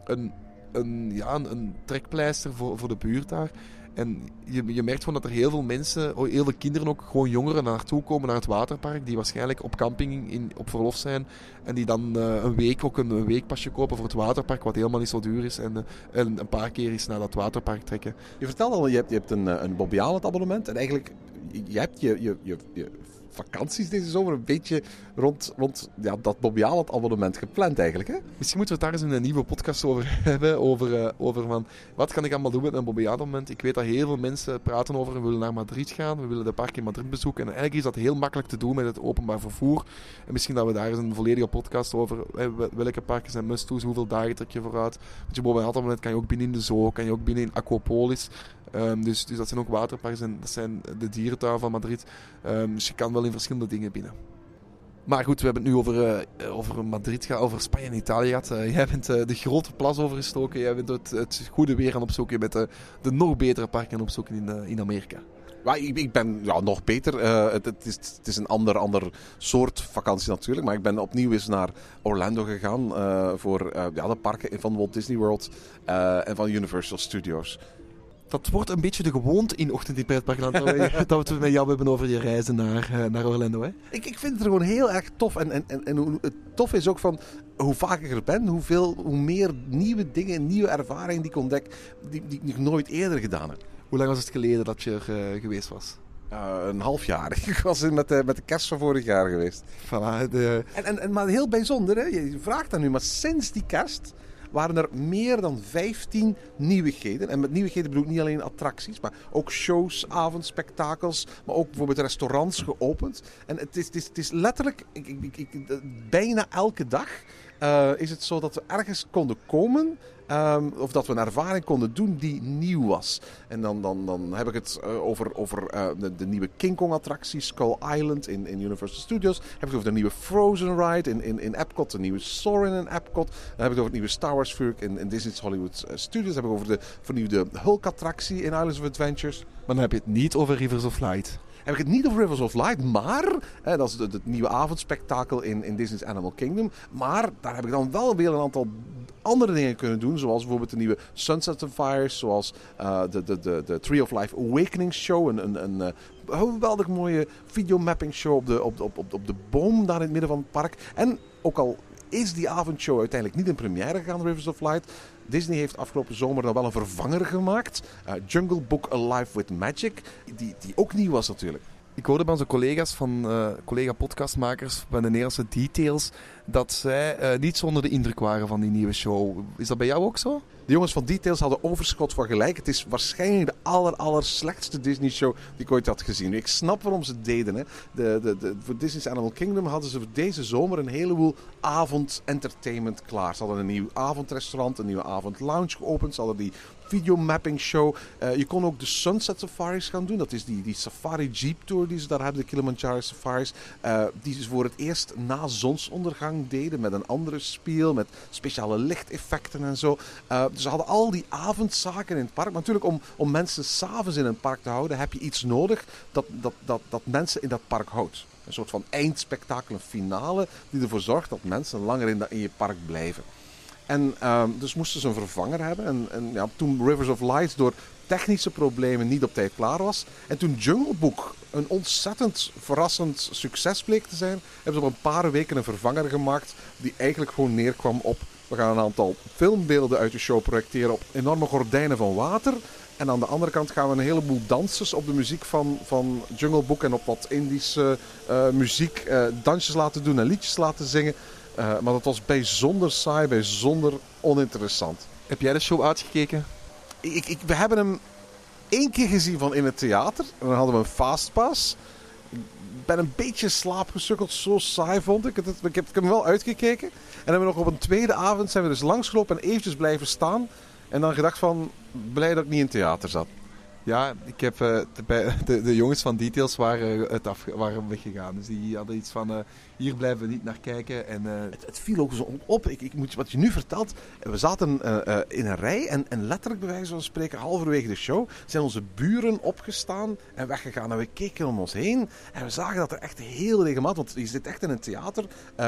een trekpleister voor de buurt daar. En je merkt gewoon dat er heel veel mensen, heel veel kinderen ook, gewoon jongeren naartoe komen naar het waterpark, die waarschijnlijk op camping op verlof zijn en die dan een week ook een weekpasje kopen voor het waterpark, wat helemaal niet zo duur is, en een paar keer eens naar dat waterpark trekken. Je vertelde al, je hebt een Bobby Aland abonnement en eigenlijk, je hebt je vakanties deze zomer een beetje rond dat Bobby Aland abonnement gepland eigenlijk, hè? Misschien moeten we het daar eens in een nieuwe podcast over hebben, over van, wat kan ik allemaal doen met een Bobby Aland abonnement? Ik weet dat heel veel mensen praten over, we willen naar Madrid gaan, we willen de park in Madrid bezoeken, en eigenlijk is dat heel makkelijk te doen met het openbaar vervoer. En misschien dat we daar eens een volledige podcast over, welke parken zijn must-do's, hoeveel dagen trek je vooruit. Want je Bobby Aland abonnement kan je ook binnen in de Zoo, kan je ook binnen in Aquapolis. Dus dat zijn ook waterparken en dat zijn de dierentuin van Madrid. Dus je kan wel in verschillende dingen binnen. Maar goed, we hebben het nu over Madrid, over Spanje en Italië gehad. Jij bent de grote plas overgestoken. Jij bent het goede weer aan opzoeken met de nog betere parken aan opzoeken in Amerika. Maar ik ben nog beter. Het is een ander soort vakantie natuurlijk. Maar ik ben opnieuw eens naar Orlando gegaan voor de parken van Walt Disney World en van Universal Studios. Dat wordt een beetje de gewoonte in Ochtend in Pretparkland. Dat we het met jou hebben over je reizen naar Orlando. Hè? Ik vind het gewoon heel erg tof. En hoe het tof is ook van hoe vaak ik er ben, hoe meer nieuwe dingen, nieuwe ervaringen die ik ontdek, die ik nooit eerder gedaan heb. Hoe lang was het geleden dat je er geweest was? Een half jaar. Ik was met de kerst van vorig jaar geweest. Voilà, Maar heel bijzonder, hè? Je vraagt dat nu, maar sinds die kerst waren er meer dan 15 nieuwigheden. En met nieuwigheden bedoel ik niet alleen attracties, maar ook shows, avondspektakels, maar ook bijvoorbeeld restaurants geopend. En het is letterlijk, bijna elke dag is het zo dat we ergens konden komen, of dat we een ervaring konden doen die nieuw was. En dan heb ik het over de nieuwe King Kong attractie, Skull Island in Universal Studios. Heb ik het over de nieuwe Frozen Ride in Epcot, de nieuwe Soarin' in Epcot. Dan heb ik het over het nieuwe Star Wars Furk in Disney's Hollywood Studios. Dan heb ik het over de vernieuwde Hulk attractie in Islands of Adventures. Maar dan heb je het niet over Rivers of Light. Heb ik het niet over Rivers of Light, maar dat is het nieuwe avondspektakel in Disney's Animal Kingdom. Maar daar heb ik dan wel weer een aantal andere dingen kunnen doen, zoals bijvoorbeeld de nieuwe Sunset Sapphires, zoals de Tree of Life Awakening Show, een geweldig mooie videomapping show op de boom daar in het midden van het park. En ook al is die avondshow uiteindelijk niet in première gegaan, Rivers of Light, Disney heeft afgelopen zomer dan wel een vervanger gemaakt. Jungle Book Alive with Magic, die ook nieuw was natuurlijk. Ik hoorde bij onze collega's collega-podcastmakers bij de Nederlandse Details dat zij niet zonder de indruk waren van die nieuwe show. Is dat bij jou ook zo? De jongens van Details hadden overschot van gelijk. Het is waarschijnlijk de aller slechtste Disney show die ik ooit had gezien. Ik snap waarom ze het deden. Hè. Voor Disney's Animal Kingdom hadden ze voor deze zomer een heleboel avondentertainment klaar. Ze hadden een nieuw avondrestaurant, een nieuwe avondlounge geopend. Ze hadden die videomapping show. Je kon ook de Sunset Safaris gaan doen. Dat is die Safari Jeep Tour die ze daar hebben, de Kilimanjaro Safaris. Die ze voor het eerst na zonsondergang deden met een andere spiel, met speciale lichteffecten en zo. Dus ze hadden al die avondzaken in het park. Maar natuurlijk, om mensen 's avonds in een park te houden, heb je iets nodig dat mensen in dat park houdt. Een soort van eindspektakel, een finale, die ervoor zorgt dat mensen langer in je park blijven. En dus moesten ze een vervanger hebben. En toen Rivers of Light door technische problemen niet op tijd klaar was. En toen Jungle Book een ontzettend verrassend succes bleek te zijn, hebben ze op een paar weken een vervanger gemaakt die eigenlijk gewoon neerkwam op: we gaan een aantal filmbeelden uit de show projecteren op enorme gordijnen van water. En aan de andere kant gaan we een heleboel dansers op de muziek van Jungle Book en op wat Indische muziek dansjes laten doen en liedjes laten zingen. Maar dat was bijzonder saai, bijzonder oninteressant. Heb jij de show uitgekeken? We hebben hem 1 keer gezien van in het theater. En dan hadden we een fastpass. Ik ben een beetje slaapgesukkeld, zo saai vond ik. Ik heb hem wel uitgekeken. En hebben we nog op een tweede avond zijn we dus langsgelopen en eventjes blijven staan. En dan gedacht van, blij dat ik niet in het theater zat. Ja, ik heb de jongens van Details waren weggegaan. Dus die hadden iets van, hier blijven we niet naar kijken. En, Het viel ook zo op. Wat je nu vertelt, we zaten in een rij en letterlijk bij wijze van spreken halverwege de show zijn onze buren opgestaan en weggegaan. En we keken om ons heen en we zagen dat er echt heel regelmatig, want je zit echt in een theater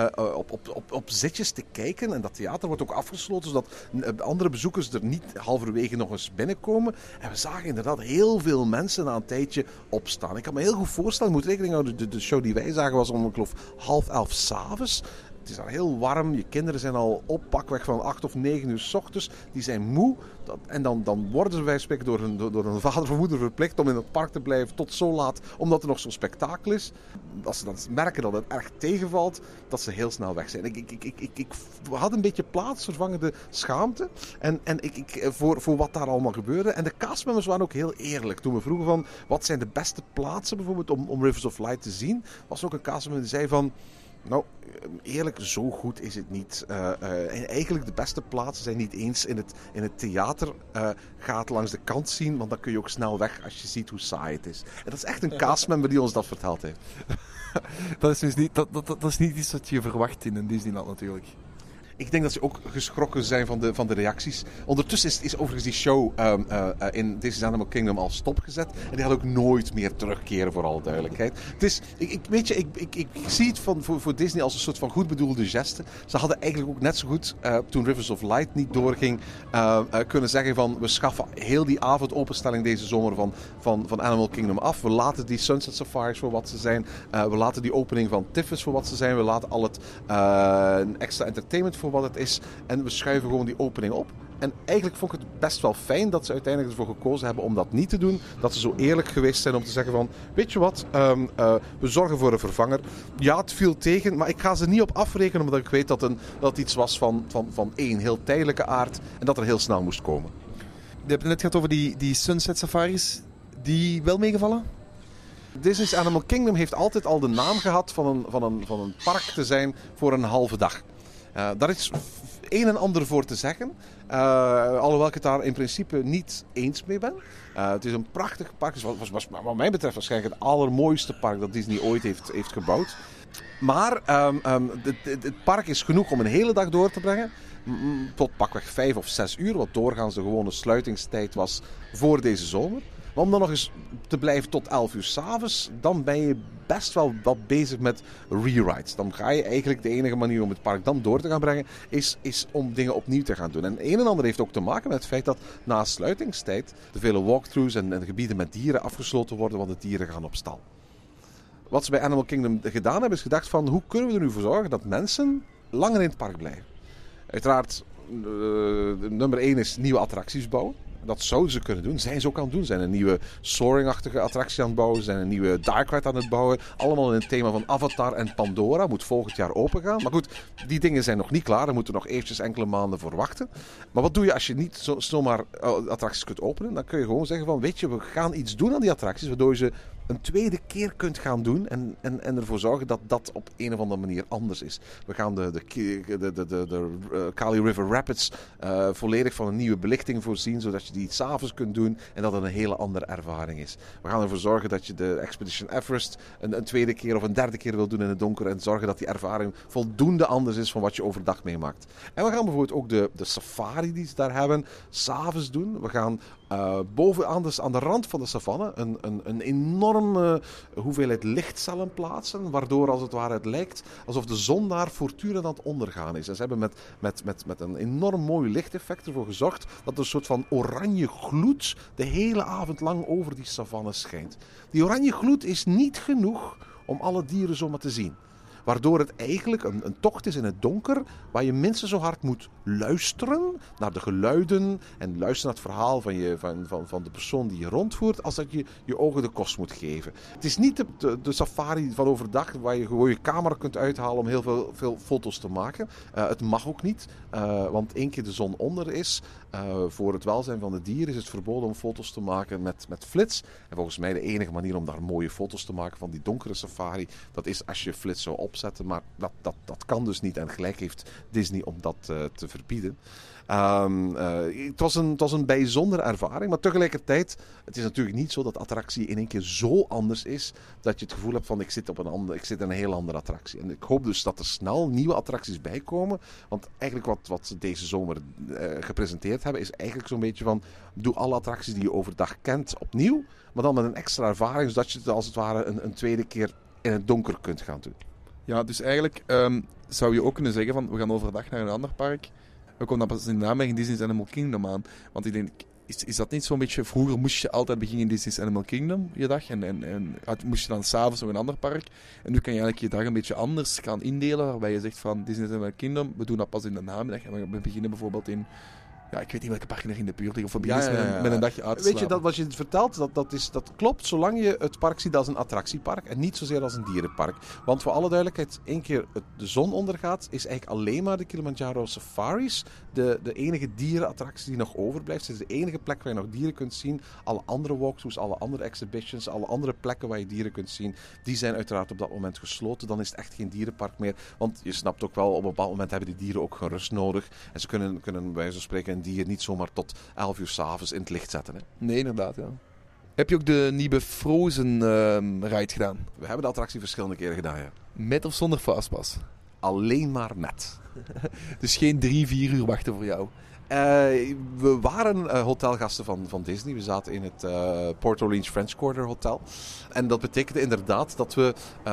op zitjes te kijken en dat theater wordt ook afgesloten zodat andere bezoekers er niet halverwege nog eens binnenkomen. En we zagen inderdaad heel veel mensen na een tijdje opstaan. Ik kan me heel goed voorstellen, je moet rekening houden, de show die wij zagen was om, ik geloof, 10:30 s'avonds. Het is daar heel warm, je kinderen zijn al op pakweg van 8 of 9 uur 's ochtends. Die zijn moe. En dan worden ze bij spreken door hun vader of moeder verplicht om in het park te blijven tot zo laat, omdat er nog zo'n spektakel is. Als ze dan merken dat het erg tegenvalt, dat ze heel snel weg zijn. Ik had een beetje plaatsvervangende schaamte voor wat daar allemaal gebeurde. En de castmembers waren ook heel eerlijk. Toen we vroegen van, wat zijn de beste plaatsen bijvoorbeeld om Rivers of Light te zien, was ook een castmember die zei van, nou, eerlijk, zo goed is het niet. Eigenlijk de beste plaatsen zijn niet eens in het theater. Ga het langs de kant zien, want dan kun je ook snel weg als je ziet hoe saai het is. En dat is echt een castmember die ons dat verteld heeft. Dat is dus niet, dat is niet iets wat je verwacht in een Disneyland natuurlijk. Ik denk dat ze ook geschrokken zijn van de reacties. Ondertussen is overigens die show in Disney's Animal Kingdom al stopgezet. En die gaat ook nooit meer terugkeren, voor alle duidelijkheid. Het is, ik zie het voor Disney als een soort van goed bedoelde geste. Ze hadden eigenlijk ook net zo goed, toen Rivers of Light niet doorging, kunnen zeggen van we schaffen heel die avondopenstelling deze zomer van Animal Kingdom af. We laten die Sunset Safaris voor wat ze zijn. We laten die opening van Tiffus voor wat ze zijn. We laten al het extra entertainment voor wat het is. En we schuiven gewoon die opening op. En eigenlijk vond ik het best wel fijn dat ze uiteindelijk ervoor gekozen hebben om dat niet te doen. Dat ze zo eerlijk geweest zijn om te zeggen van, weet je wat, we zorgen voor een vervanger. Ja, het viel tegen, maar ik ga ze niet op afrekenen omdat ik weet dat het iets was van één heel tijdelijke aard en dat er heel snel moest komen. Je hebt het net gehad over die Sunset Safaris, die wel meegevallen? Disney's Animal Kingdom heeft altijd al de naam gehad van een park te zijn voor een halve dag. Daar is een en ander voor te zeggen. Alhoewel ik het daar in principe niet eens mee ben. Het is een prachtig park. Het was wat mij betreft waarschijnlijk het allermooiste park dat Disney ooit heeft gebouwd. Maar het park is genoeg om een hele dag door te brengen. Tot pakweg 5 of 6 uur. Wat doorgaans de gewone sluitingstijd was voor deze zomer. Maar om dan nog eens te blijven tot 11 uur 's avonds, dan ben je best wel wat bezig met rewrites. Dan ga je eigenlijk de enige manier om het park dan door te gaan brengen, is om dingen opnieuw te gaan doen. En een en ander heeft ook te maken met het feit dat na sluitingstijd de vele walkthroughs en gebieden met dieren afgesloten worden, want de dieren gaan op stal. Wat ze bij Animal Kingdom gedaan hebben, is gedacht van hoe kunnen we er nu voor zorgen dat mensen langer in het park blijven. Uiteraard, nummer 1 is nieuwe attracties bouwen. Dat zouden ze kunnen doen. Zijn ze ook aan het doen. Zijn een nieuwe Soaring-achtige attractie aan het bouwen. Zijn een nieuwe Dark Ride aan het bouwen. Allemaal in het thema van Avatar en Pandora. Moet volgend jaar open gaan. Maar goed, die dingen zijn nog niet klaar. Daar moeten we nog eventjes enkele maanden voor wachten. Maar wat doe je als je niet zomaar attracties kunt openen? Dan kun je gewoon zeggen van, weet je, we gaan iets doen aan die attracties. Waardoor je ze een tweede keer kunt gaan doen. En ervoor zorgen dat dat op een of andere manier anders is. We gaan de Kali River Rapids volledig van een nieuwe belichting voorzien. Zodat je die 's avonds kunt doen en dat het een hele andere ervaring is. We gaan ervoor zorgen dat je de Expedition Everest een tweede keer of een derde keer wil doen in het donker. En zorgen dat die ervaring voldoende anders is van wat je overdag meemaakt. En we gaan bijvoorbeeld ook de safari die ze daar hebben, 's avonds doen. We gaan bovenaan aan de rand van de savanne een enorme hoeveelheid lichtcellen plaatsen, waardoor als het ware het lijkt alsof de zon daar voortdurend aan het ondergaan is. En ze hebben met een enorm mooi lichteffect ervoor gezorgd dat er een soort van oranje gloed de hele avond lang over die savanne schijnt. Die oranje gloed is niet genoeg om alle dieren zomaar te zien. Waardoor het eigenlijk een tocht is in het donker, waar je minstens zo hard moet luisteren naar de geluiden en luisteren naar het verhaal van de persoon die je rondvoert, als dat je je ogen de kost moet geven. Het is niet de safari van overdag, waar je gewoon je camera kunt uithalen om heel veel foto's te maken. Het mag ook niet, want één keer de zon onder is, voor het welzijn van de dieren is het verboden om foto's te maken met flits. En volgens mij de enige manier om daar mooie foto's te maken van die donkere safari, dat is als je flits zou opzetten. Maar dat kan dus niet en gelijk heeft Disney om dat te verbieden. Het was een bijzondere ervaring, maar tegelijkertijd, het is natuurlijk niet zo dat de attractie in één keer zo anders is, dat je het gevoel hebt van ik zit in een heel andere attractie. En ik hoop dus dat er snel nieuwe attracties bijkomen, want eigenlijk wat ze deze zomer gepresenteerd hebben, is eigenlijk zo'n beetje van, doe alle attracties die je overdag kent opnieuw, maar dan met een extra ervaring, zodat je het als het ware een tweede keer in het donker kunt gaan doen. Ja, dus eigenlijk zou je ook kunnen zeggen van, we gaan overdag naar een ander park. We komen dan pas in de aanmerking Disney's Animal Kingdom aan. Want ik denk, is dat niet zo'n beetje... Vroeger moest je altijd beginnen in Disney's Animal Kingdom, je dag. En moest je dan s'avonds nog een ander park. En nu kan je eigenlijk je dag een beetje anders gaan indelen. Waarbij je zegt van Disney's Animal Kingdom, we doen dat pas in de namiddag. En we beginnen bijvoorbeeld in... Ja, ik weet niet welke parken er in de buurt liggen. Of we beginnen met een dagje uit te slapen. Weet je, dat wat je vertelt, dat klopt. Zolang je het park ziet als een attractiepark en niet zozeer als een dierenpark. Want voor alle duidelijkheid, één keer de zon ondergaat, is eigenlijk alleen maar de Kilimanjaro Safaris de enige dierenattractie die nog overblijft. Het is de enige plek waar je nog dieren kunt zien. Alle andere walkthroughs, alle andere exhibitions, alle andere plekken waar je dieren kunt zien, die zijn uiteraard op dat moment gesloten. Dan is het echt geen dierenpark meer. Want je snapt ook wel, op een bepaald moment hebben die dieren ook geen rust nodig. En ze kunnen bij wijze van spreken een dier niet zomaar tot 11 uur 's avonds in het licht zetten. Hè. Nee, inderdaad, ja. Heb je ook de nieuwe Frozen ride gedaan? We hebben de attractie verschillende keren gedaan, ja. Met of zonder Fastpass? alleen maar met. Dus geen 3-4 uur wachten voor jou. We waren hotelgasten van Disney. We zaten in het Port Orleans French Quarter Hotel. En dat betekende inderdaad dat we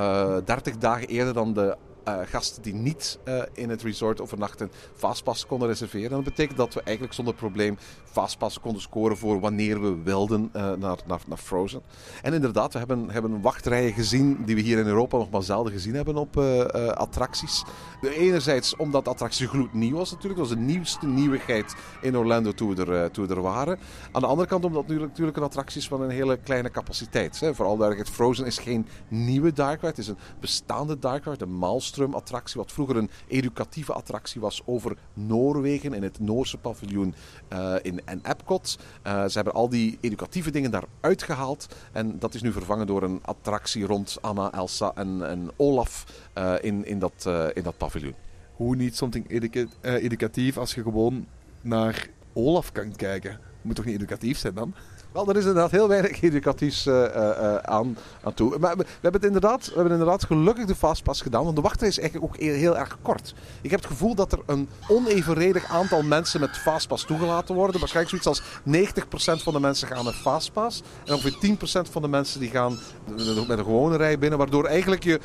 30 dagen eerder dan de gasten die niet in het resort overnachten Fastpass konden reserveren. En dat betekent dat we eigenlijk zonder probleem Fastpass konden scoren voor wanneer we wilden naar Frozen. En inderdaad, we hebben wachtrijen gezien die we hier in Europa nog maar zelden gezien hebben op attracties. Enerzijds omdat de attractie gloednieuw was natuurlijk. Dat was de nieuwste nieuwigheid in Orlando toen we er waren. Aan de andere kant omdat het natuurlijk een attractie is van een hele kleine capaciteit. Vooral duidelijkheid, Frozen is geen nieuwe dark ride. Het is een bestaande dark ride, de Maelstrom-attractie, wat vroeger een educatieve attractie was over Noorwegen in het Noorse paviljoen in Epcot. Ze hebben al die educatieve dingen daaruit gehaald en dat is nu vervangen door een attractie rond Anna, Elsa en Olaf in dat paviljoen. Hoe niet something educatief als je gewoon naar Olaf kan kijken? Moet toch niet educatief zijn dan? Wel, er is inderdaad heel weinig educatiefs aan toe. Maar we hebben inderdaad gelukkig de Fastpass gedaan. Want de wachtrij is eigenlijk ook heel erg kort. Ik heb het gevoel dat er een onevenredig aantal mensen met Fastpass toegelaten worden. Waarschijnlijk zoiets als 90% van de mensen gaan met Fastpass. En ongeveer 10% van de mensen die gaan met een gewone rij binnen. Waardoor eigenlijk je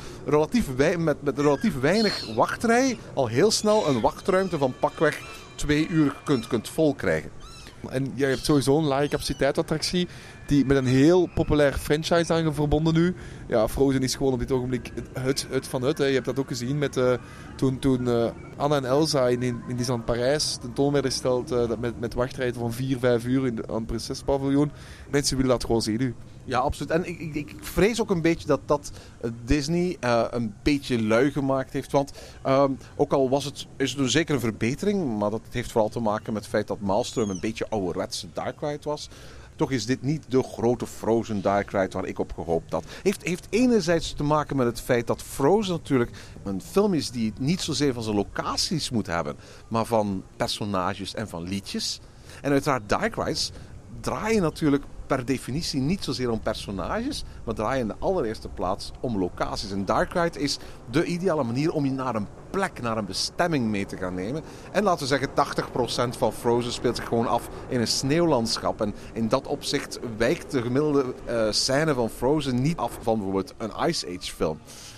met relatief weinig wachtrij al heel snel een wachtruimte van pakweg 2 uur kunt vol krijgen. En je hebt sowieso een lage capaciteit-attractie die met een heel populair franchise aan verbonden nu. Ja, Frozen is gewoon op dit ogenblik het van het. Hè. Je hebt dat ook gezien met toen Anna en Elsa in Disneyland Parijs tentoon werden gesteld met wachtrijden van 4-5 uur aan het Prinsespaviljoen. Mensen willen dat gewoon zien nu. Ja, absoluut. En ik vrees ook een beetje dat Disney een beetje lui gemaakt heeft. Want ook al is het zeker een verbetering, maar dat heeft vooral te maken met het feit dat Maelstrom een beetje ouderwetse dark ride was. Toch is dit niet de grote Frozen dark ride waar ik op gehoopt had. Heeft enerzijds te maken met het feit dat Frozen natuurlijk een film is die niet zozeer van zijn locaties moet hebben, maar van personages en van liedjes. En uiteraard dark rides draaien natuurlijk per definitie niet zozeer om personages, maar draaien in de allereerste plaats om locaties. En dark ride is de ideale manier om je naar een plek, naar een bestemming mee te gaan nemen. En laten we zeggen, 80% van Frozen speelt zich gewoon af in een sneeuwlandschap. En in dat opzicht wijkt de gemiddelde scène van Frozen niet af van bijvoorbeeld een Ice Age film.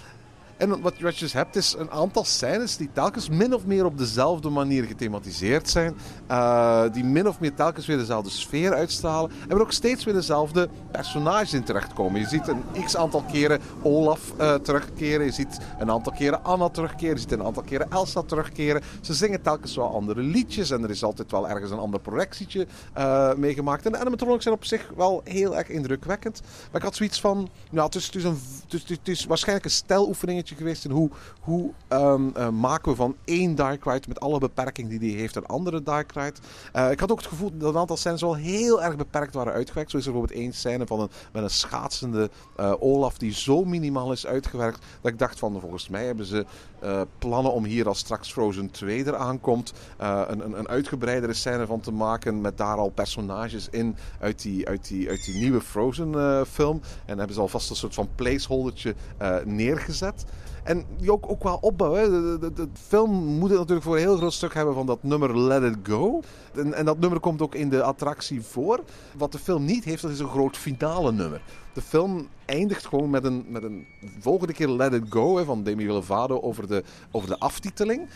En wat je dus hebt is een aantal scènes die telkens min of meer op dezelfde manier gethematiseerd zijn. Die min of meer telkens weer dezelfde sfeer uitstralen. En waar ook steeds weer dezelfde personages in terechtkomen. Je ziet een x-aantal keren Olaf terugkeren. Je ziet een aantal keren Anna terugkeren. Je ziet een aantal keren Elsa terugkeren. Ze zingen telkens wel andere liedjes. En er is altijd wel ergens een ander projectietje meegemaakt. En de animatronics zijn op zich wel heel erg indrukwekkend. Maar ik had zoiets van, nou, het is waarschijnlijk een stijloefeningetje geweest. En hoe maken we van één dark ride met alle beperkingen die die heeft een andere dark ride. Ik had ook het gevoel dat een aantal scènes wel heel erg beperkt waren uitgewerkt. Zo is er bijvoorbeeld één scène met een schaatsende Olaf die zo minimaal is uitgewerkt dat ik dacht van volgens mij hebben ze plannen om hier als straks Frozen 2 eraan komt een uitgebreidere scène van te maken met daar al personages in uit die nieuwe Frozen film. En hebben ze alvast een soort van placeholdertje neergezet. En die ook wel opbouwen. De film moet het natuurlijk voor een heel groot stuk hebben van dat nummer Let It Go. En dat nummer komt ook in de attractie voor. Wat de film niet heeft, dat is een groot finale nummer. De film eindigt gewoon met een volgende keer Let It Go van Demi Lovato over de aftiteling.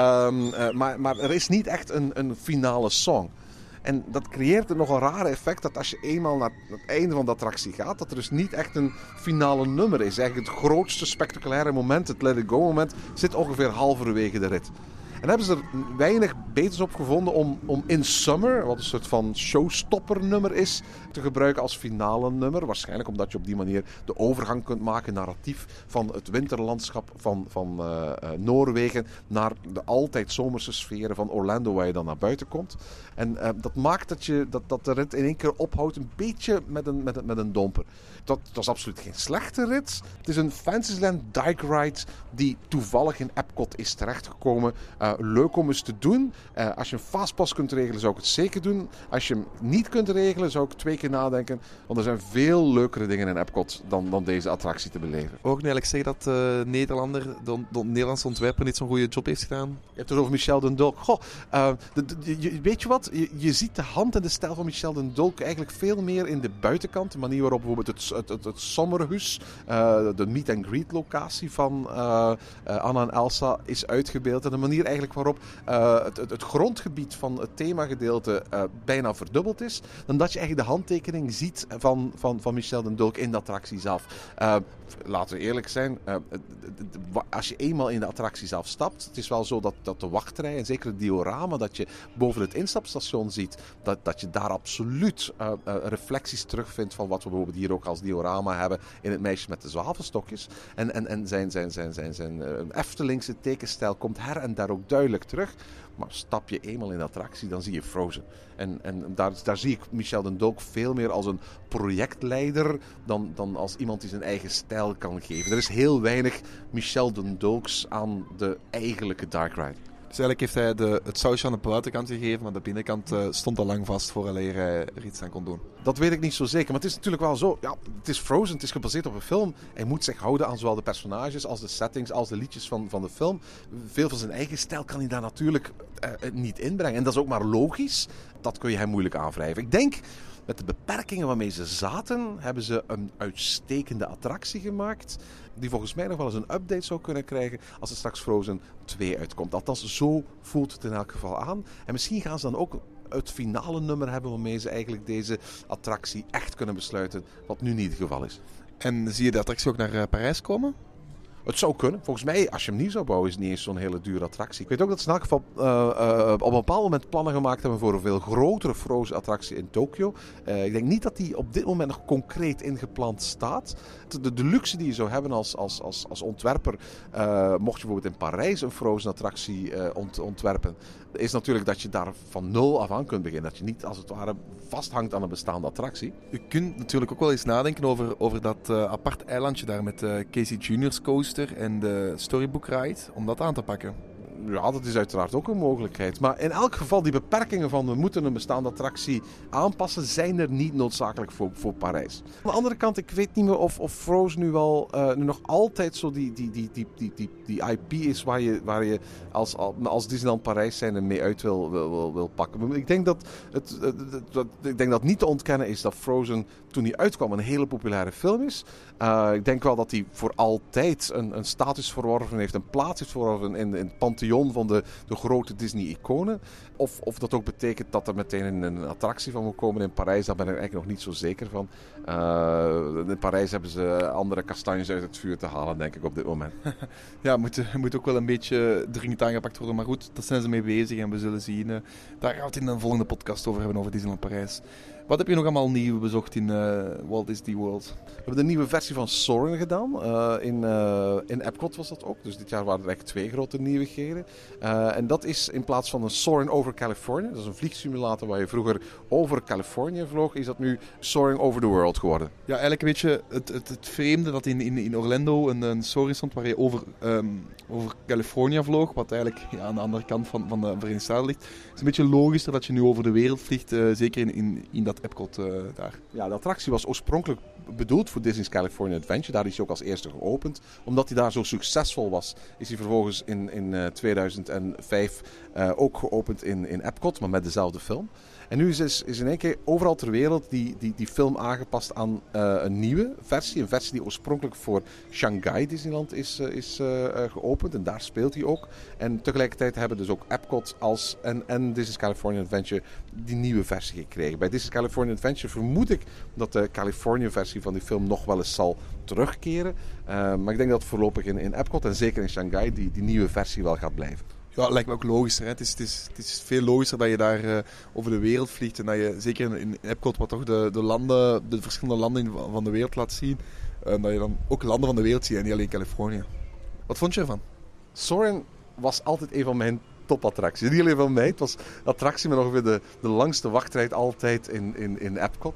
Maar er is niet echt een finale song. En dat creëert een nogal rare effect dat als je eenmaal naar het einde van de attractie gaat, dat er dus niet echt een finale nummer is. Eigenlijk het grootste spectaculaire moment, het Let It Go moment, zit ongeveer halverwege de rit. En hebben ze er weinig beters op gevonden om In Summer, wat een soort van showstopper nummer is, te gebruiken als finale nummer. Waarschijnlijk omdat je op die manier de overgang kunt maken narratief van het winterlandschap van Noorwegen naar de altijd zomerse sferen van Orlando waar je dan naar buiten komt. En dat maakt dat de rit in één keer ophoudt een beetje met een domper. Dat was absoluut geen slechte rit. Het is een Fantasyland Dark Ride die toevallig in Epcot is terechtgekomen. leuk om eens te doen. Als je een fastpass kunt regelen, zou ik het zeker doen. Als je hem niet kunt regelen, zou ik 2 keer nadenken. Want er zijn veel leukere dingen in Epcot dan deze attractie te beleven. Ook nu eigenlijk zeggen dat de Nederlandse ontwerper niet zo'n goede job heeft gedaan? Je hebt het over Michel den Dulk. Goh, weet je wat? Je ziet de hand en de stijl van Michel den Dulk eigenlijk veel meer in de buitenkant. De manier waarop bijvoorbeeld het Sommerhus, de meet and greet locatie van Anna en Elsa is uitgebeeld. En de manier eigenlijk waarop het grondgebied van het themagedeelte bijna verdubbeld is. Dan dat je eigenlijk de handtekening ziet van Michel den Dulk in de attractie zelf. Laten we eerlijk zijn, als je eenmaal in de attractie zelf stapt, het is wel zo dat de wachtrij en zeker het diorama dat je boven het instapstation ziet, dat je daar absoluut reflecties terugvindt van wat we bijvoorbeeld hier ook als diorama hebben in het meisje met de zwavelstokjes. En zijn Eftelingse tekenstijl komt her en daar ook duidelijk terug. Maar stap je eenmaal in de attractie, dan zie je Frozen. En daar zie ik Michel den Dulk veel meer als een projectleider dan als iemand die zijn eigen stijl kan geven. Er is heel weinig Michel den Dulks aan de eigenlijke Dark Ride. Dus eigenlijk heeft hij het sausje aan de buitenkant gegeven, maar de binnenkant stond al lang vast vooraleer hij er iets aan kon doen. Dat weet ik niet zo zeker, maar het is natuurlijk wel zo. Ja, het is Frozen, het is gebaseerd op een film. Hij moet zich houden aan zowel de personages als de settings, als de liedjes van de film. Veel van zijn eigen stijl kan hij daar natuurlijk niet inbrengen. En dat is ook maar logisch. Dat kun je hem moeilijk aanwrijven. Ik denk, met de beperkingen waarmee ze zaten, hebben ze een uitstekende attractie gemaakt. Die volgens mij nog wel eens een update zou kunnen krijgen als er straks Frozen 2 uitkomt. Althans, zo voelt het in elk geval aan. En misschien gaan ze dan ook het finale nummer hebben waarmee ze eigenlijk deze attractie echt kunnen besluiten, wat nu niet het geval is. En zie je de attractie ook naar Parijs komen? Het zou kunnen. Volgens mij, als je hem niet zou bouwen, is het niet eens zo'n hele dure attractie. Ik weet ook dat ze in elk geval op een bepaald moment plannen gemaakt hebben voor een veel grotere Frozen-attractie in Tokio. Ik denk niet dat die op dit moment nog concreet ingepland staat. De luxe die je zou hebben als ontwerper, mocht je bijvoorbeeld in Parijs een Frozen-attractie ontwerpen, is natuurlijk dat je daar van nul af aan kunt beginnen. Dat je niet, als het ware, vasthangt aan een bestaande attractie. Je kunt natuurlijk ook wel eens nadenken over dat apart eilandje daar met Casey Junior's Coaster en de Storybook Ride, om dat aan te pakken. Ja, dat is uiteraard ook een mogelijkheid. Maar in elk geval, die beperkingen van we moeten een bestaande attractie aanpassen, zijn er niet noodzakelijk voor Parijs. Aan de andere kant, ik weet niet meer of Frozen nu nog altijd zo die IP is waar je als Disneyland Parijs zijn er mee uit wil pakken. Ik denk dat niet te ontkennen is dat Frozen toen die uitkwam een hele populaire film is. Ik denk wel dat hij voor altijd een status verworven heeft, een plaats heeft verworven in het pantheon van de grote Disney-iconen. Of dat ook betekent dat er meteen een attractie van moet komen in Parijs, daar ben ik eigenlijk nog niet zo zeker van. In Parijs hebben ze andere kastanjes uit het vuur te halen, denk ik, op dit moment. Ja, moet ook wel een beetje dringend aangepakt worden. Maar goed, daar zijn ze mee bezig en we zullen zien. Daar gaan we het in een volgende podcast over hebben, over Disneyland Parijs. Wat heb je nog allemaal nieuw bezocht in Walt Disney World? We hebben de nieuwe versie van Soarin' gedaan. In Epcot was dat ook. Dus dit jaar waren er echt 2 grote nieuwigheden. En dat is in plaats van een Soarin' over California. Dat is een vliegsimulator waar je vroeger over Californië vloog. Is dat nu Soaring over the World geworden. Ja, eigenlijk een beetje het vreemde dat in Orlando een Soarin' stond waar je over California vloog. Wat eigenlijk aan de andere kant van de Verenigde Staten ligt. Het is een beetje logischer dat je nu over de wereld vliegt. Zeker in dat Epcot daar. Ja, de attractie was oorspronkelijk bedoeld voor Disney's California Adventure. Daar is hij ook als eerste geopend. Omdat hij daar zo succesvol was, is hij vervolgens in 2005 ook geopend in Epcot, maar met dezelfde film. En nu is in één keer overal ter wereld die film aangepast aan een nieuwe versie. Een versie die oorspronkelijk voor Shanghai Disneyland is geopend. En daar speelt hij ook. En tegelijkertijd hebben dus ook Epcot en Disney's California Adventure die nieuwe versie gekregen. Bij Disney's California Adventure vermoed ik dat de California versie van die film nog wel eens zal terugkeren. Maar ik denk dat voorlopig in Epcot en zeker in Shanghai die nieuwe versie wel gaat blijven. Ja, lijkt me ook logischer. Hè. Het is veel logischer dat je daar over de wereld vliegt. En dat je, zeker in Epcot, wat toch de verschillende landen van de wereld laat zien, dat je dan ook landen van de wereld ziet en niet alleen Californië. Wat vond je ervan? Soarin' was altijd een van mijn topattracties. Niet alleen van mij, het was de attractie met ongeveer de langste wachtrijd altijd in Epcot.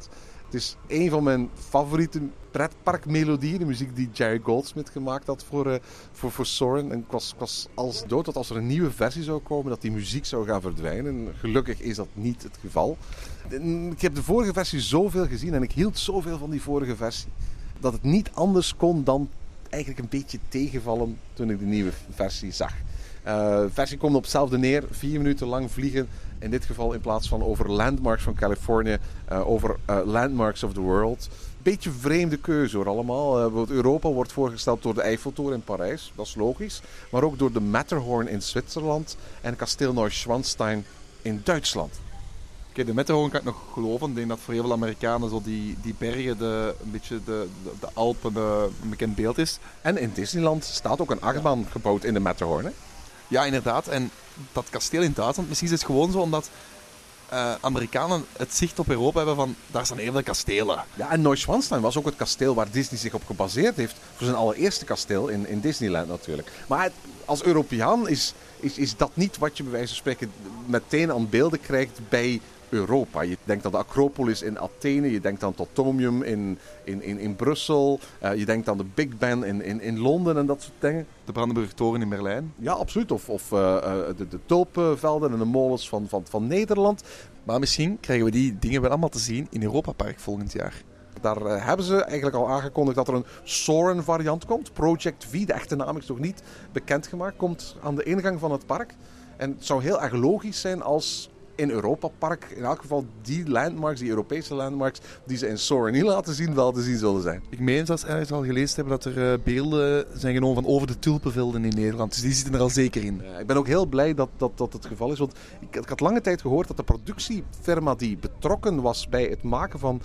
Het is een van mijn favoriete pretparkmelodieën. De muziek die Jerry Goldsmith gemaakt had voor Soarin'. En ik was als dood dat als er een nieuwe versie zou komen, dat die muziek zou gaan verdwijnen. Gelukkig is dat niet het geval. Ik heb de vorige versie zoveel gezien en ik hield zoveel van die vorige versie, dat het niet anders kon dan eigenlijk een beetje tegenvallen toen ik de nieuwe versie zag. De versie komt op hetzelfde neer. 4 minuten lang vliegen. In dit geval in plaats van over landmarks van Californië, over landmarks of the world. Beetje vreemde keuze hoor allemaal. Europa wordt voorgesteld door de Eiffeltoren in Parijs. Dat is logisch. Maar ook door de Matterhorn in Zwitserland en kasteel Neuschwanstein in Duitsland. Oké, de Matterhorn kan ik nog geloven. Ik denk dat voor heel veel Amerikanen zo die bergen, een beetje de Alpen, een bekend beeld is. En in Disneyland staat ook een achtbaan gebouwd in de Matterhorn. Hè? Ja, inderdaad. En dat kasteel in Duitsland, misschien is het gewoon zo omdat Amerikanen het zicht op Europa hebben van, daar staan heel veel kastelen. Ja, en Neuschwanstein was ook het kasteel waar Disney zich op gebaseerd heeft voor zijn allereerste kasteel in Disneyland natuurlijk. Maar als Europeaan is dat niet wat je bij wijze van spreken meteen aan beelden krijgt bij Europa. Je denkt aan de Acropolis in Athene, je denkt aan het Atomium in Brussel, je denkt aan de Big Ben in Londen en dat soort dingen. De Brandenburger Toren in Berlijn. Ja, absoluut. Of de tulpenvelden en de molens van Nederland. Maar misschien krijgen we die dingen wel allemaal te zien in Europa Park volgend jaar. Daar hebben ze eigenlijk al aangekondigd dat er een Soarin' variant komt. Project V, de echte naam is nog niet bekendgemaakt, komt aan de ingang van het park. En het zou heel erg logisch zijn als in Europa Park in elk geval die landmarks, die Europese landmarks, die ze in Soarin' niet laten zien, wel te zien zullen zijn. Ik meen zelfs ergens al gelezen hebben dat er beelden zijn genomen van over de tulpenvelden in Nederland. Dus die zitten er al zeker in. Ja, ik ben ook heel blij dat het geval is. Want ik had lange tijd gehoord dat de productiefirma die betrokken was bij het maken van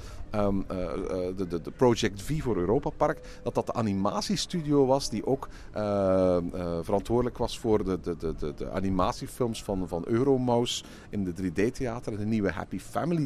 de Project V voor Europa Park, dat de animatiestudio was die ook verantwoordelijk was voor de animatiefilms van Euromouse in de 3D-theater en de nieuwe Happy Family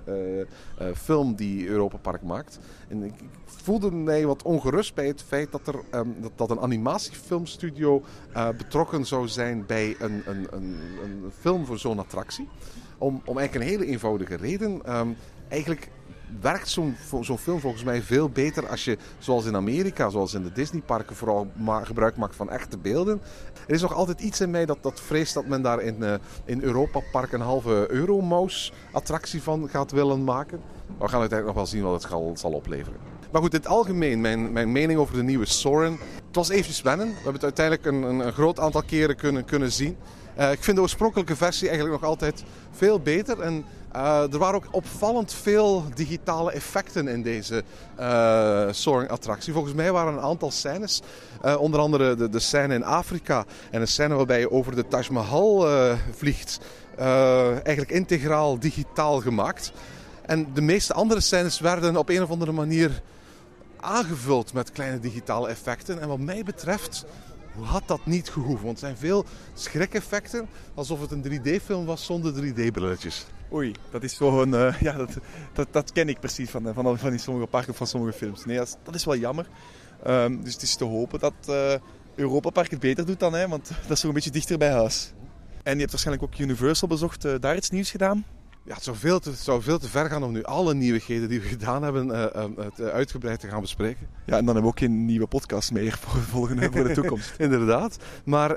film die Europa Park maakt. En ik voelde mij wat ongerust bij het feit dat een animatiefilmstudio betrokken zou zijn bij een film voor zo'n attractie. Om eigenlijk een hele eenvoudige reden. Eigenlijk werkt zo'n film volgens mij veel beter als je, zoals in Amerika, zoals in de Disneyparken, vooral gebruik maakt van echte beelden. Er is nog altijd iets in mij dat vreest dat men daar in Europa Park een halve Euromouse-attractie van gaat willen maken. Maar we gaan uiteindelijk nog wel zien wat het zal opleveren. Maar goed, in het algemeen, mijn mening over de nieuwe Soarin'. Het was eventjes wennen. We hebben het uiteindelijk een groot aantal keren kunnen zien. Ik vind de oorspronkelijke versie eigenlijk nog altijd veel beter. En er waren ook opvallend veel digitale effecten in deze Soarin'-attractie. Volgens mij waren een aantal scènes, onder andere de scène in Afrika en een scène waarbij je over de Taj Mahal vliegt, eigenlijk integraal digitaal gemaakt. En de meeste andere scènes werden op een of andere manier aangevuld met kleine digitale effecten. En wat mij betreft had dat niet gehoeven. Want er zijn veel schrikeffecten, alsof het een 3D-film was zonder 3D-brilletjes. Oei, dat is zo een... dat ken ik precies van die sommige parken of van sommige films. Nee, dat is wel jammer. Dus het is te hopen dat Europa Park het beter doet dan, want dat is toch een beetje dichter bij huis. En je hebt waarschijnlijk ook Universal bezocht, daar iets nieuws gedaan? Ja, het zou veel te ver gaan om nu alle nieuwigheden die we gedaan hebben uitgebreid te gaan bespreken. Ja, en dan hebben we ook geen nieuwe podcast meer voor de toekomst. Inderdaad. Maar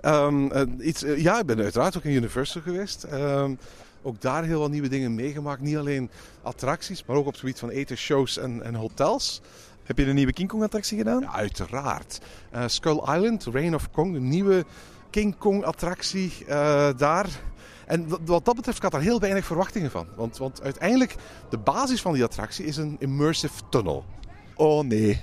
ik ben uiteraard ook in Universal geweest. Ook daar heel wat nieuwe dingen meegemaakt. Niet alleen attracties, maar ook op het gebied van eten, shows en hotels. Heb je de nieuwe King Kong attractie gedaan? Ja, uiteraard. Skull Island, Reign of Kong, de nieuwe King Kong attractie daar. En wat dat betreft, ik had daar heel weinig verwachtingen van. Want uiteindelijk, de basis van die attractie is een immersive tunnel. Oh nee.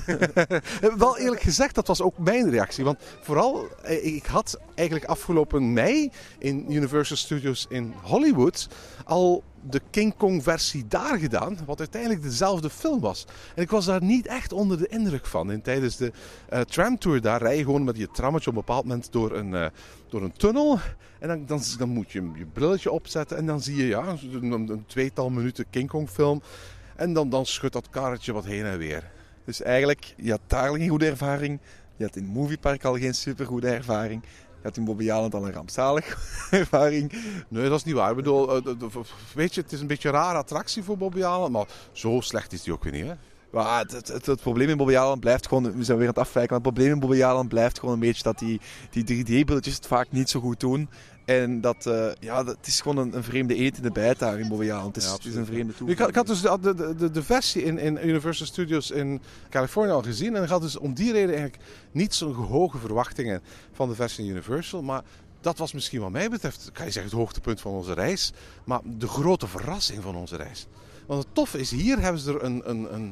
Wel eerlijk gezegd, dat was ook mijn reactie. Want vooral, ik had eigenlijk afgelopen mei in Universal Studios in Hollywood al de King Kong versie daar gedaan, wat uiteindelijk dezelfde film was. En ik was daar niet echt onder de indruk van. En tijdens de tramtour daar rij je gewoon met je trammetje op een bepaald moment door een tunnel. En dan moet je je brilletje opzetten en dan zie je een 2-tal minuten King Kong film. En dan schudt dat karretje wat heen en weer. Dus eigenlijk, je had daar geen goede ervaring. Je had in Moviepark al geen supergoede ervaring. Had in Bobbejaanland al een rampzalige ervaring? Nee, dat is niet waar. Ik bedoel, weet je, het is een beetje een rare attractie voor Bobbejaanland, maar zo slecht is die ook weer niet, hè? Maar het probleem in Bobbejaanland blijft gewoon... We zijn weer aan het afwijken, maar het probleem in Bobbejaanland blijft gewoon een beetje dat die 3D-brilletjes het vaak niet zo goed doen. En dat het is gewoon een vreemde eend in de bijt daar in Bobbejaanland. Het is een vreemde toevoeging. Ik had dus de versie in Universal Studios in Californië al gezien. En ik had dus om die reden eigenlijk niet zo'n hoge verwachtingen van de versie in Universal. Maar dat was misschien wat mij betreft, kan je zeggen, het hoogtepunt van onze reis. Maar de grote verrassing van onze reis. Want het tof is, hier hebben ze er een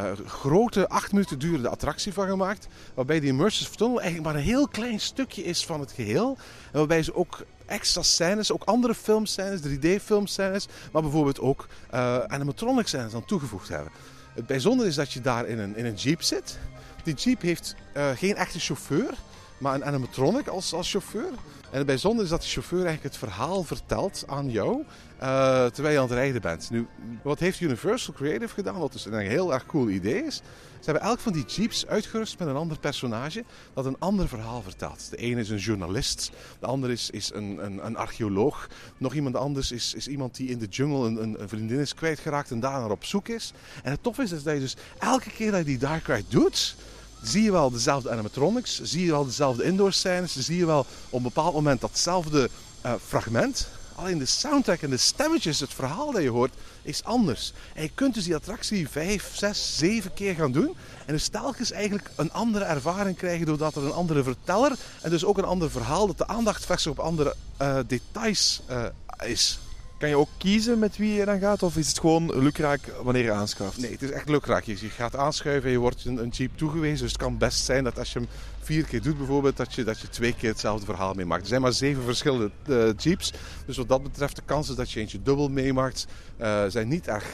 grote 8 minuten durende attractie van gemaakt. Waarbij de Immersive Tunnel eigenlijk maar een heel klein stukje is van het geheel. En waarbij ze ook extra scènes, ook andere filmscènes, 3D-filmscènes, maar bijvoorbeeld ook animatronic scènes aan toegevoegd hebben. Het bijzondere is dat je daar in een jeep zit. Die jeep heeft geen echte chauffeur, maar een animatronic als chauffeur. En het bijzondere is dat de chauffeur eigenlijk het verhaal vertelt aan jou, terwijl je aan het rijden bent. Nu, wat heeft Universal Creative gedaan, wat dus een heel erg cool idee is? Ze hebben elk van die jeeps uitgerust met een ander personage dat een ander verhaal vertelt. De ene is een journalist, de ander is een archeoloog. Nog iemand anders is iemand die in de jungle een vriendin is kwijtgeraakt en daar naar op zoek is. En het tof is dat je dus elke keer dat je die dark ride doet, zie je wel dezelfde animatronics, zie je wel dezelfde indoor scènes, zie je wel op een bepaald moment datzelfde fragment. Alleen de soundtrack en de stemmetjes, het verhaal dat je hoort, is anders. En je kunt dus die attractie 5, 6, 7 keer gaan doen. En dus telkens eigenlijk een andere ervaring krijgen doordat er een andere verteller en dus ook een ander verhaal, dat de aandacht vestigt op andere details is. Kan je ook kiezen met wie je dan gaat? Of is het gewoon lukraak wanneer je aanschaft? Nee, het is echt lukraak. Je gaat aanschuiven en je wordt een jeep toegewezen. Dus het kan best zijn dat als je hem 4 keer doet bijvoorbeeld, dat je 2 keer hetzelfde verhaal meemaakt. Er zijn maar 7 verschillende jeeps. Dus wat dat betreft, de kansen dat je eentje dubbel meemaakt, zijn niet erg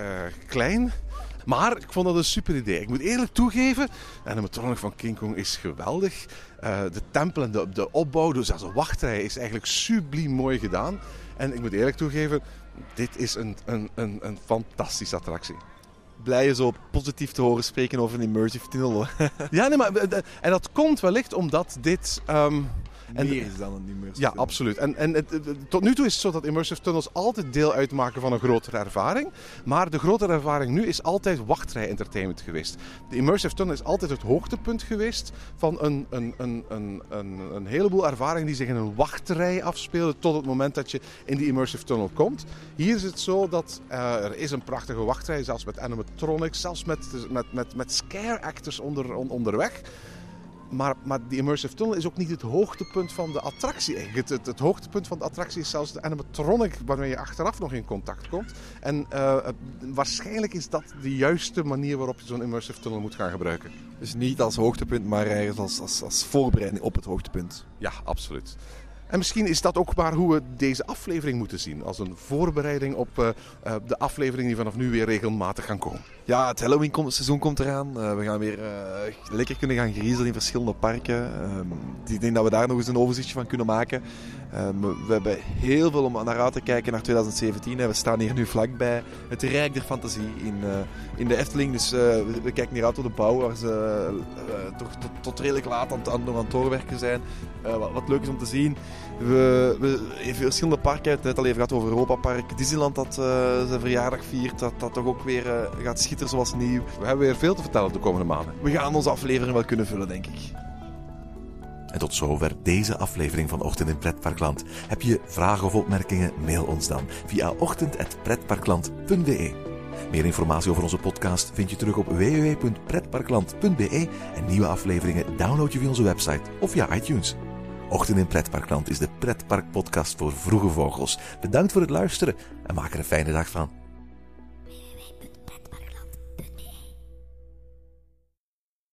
klein. Maar ik vond dat een super idee. Ik moet eerlijk toegeven, de animatronic van King Kong is geweldig. De tempel en de opbouw, dus als een wachtrij, is eigenlijk subliem mooi gedaan. En ik moet eerlijk toegeven, dit is een fantastische attractie. Blij je zo positief te horen spreken over een immersive tunnel. Ja, nee, maar en dat komt wellicht omdat dit... Meer is dan een immersive Ja, tunnel. absoluut. En tot nu toe is het zo dat immersive tunnels altijd deel uitmaken van een grotere ervaring. Maar de grotere ervaring nu is altijd wachtrij entertainment geweest. De immersive tunnel is altijd het hoogtepunt geweest van een heleboel ervaringen die zich in een wachtrij afspelen tot het moment dat je in die immersive tunnel komt. Hier is het zo dat er is een prachtige wachtrij, zelfs met animatronics, zelfs met scare actors onderweg. Maar die immersive tunnel is ook niet het hoogtepunt van de attractie eigenlijk. Het hoogtepunt van de attractie is zelfs de animatronic waarmee je achteraf nog in contact komt. En waarschijnlijk is dat de juiste manier waarop je zo'n immersive tunnel moet gaan gebruiken. Dus niet als hoogtepunt, maar eigenlijk als voorbereiding op het hoogtepunt. Ja, absoluut. En misschien is dat ook maar hoe we deze aflevering moeten zien. Als een voorbereiding op de afleveringen die vanaf nu weer regelmatig gaan komen. Ja, het Halloween-seizoen komt eraan. We gaan weer lekker kunnen gaan griezelen in verschillende parken. Ik denk dat we daar nog eens een overzichtje van kunnen maken. We hebben heel veel om naar uit te kijken naar 2017. We staan hier nu vlakbij het Rijk der Fantasie in de Efteling. Dus we kijken hier uit op de bouw, waar ze toch tot redelijk laat aan het doorwerken zijn. Wat leuk is om te zien. We hebben verschillende parken. Het net al even gehad over Europa Park. Disneyland dat zijn verjaardag viert. Dat toch ook weer gaat schitteren zoals nieuw. We hebben weer veel te vertellen de komende maanden. We gaan onze aflevering wel kunnen vullen, denk ik. En tot zover deze aflevering van Ochtend in Pretparkland. Heb je vragen of opmerkingen? Mail ons dan via ochtend@pretparkland.be. Meer informatie over onze podcast vind je terug op www.pretparkland.be en nieuwe afleveringen download je via onze website of via iTunes. Ochtend in Pretparkland is de pretparkpodcast voor vroege vogels. Bedankt voor het luisteren en maak er een fijne dag van.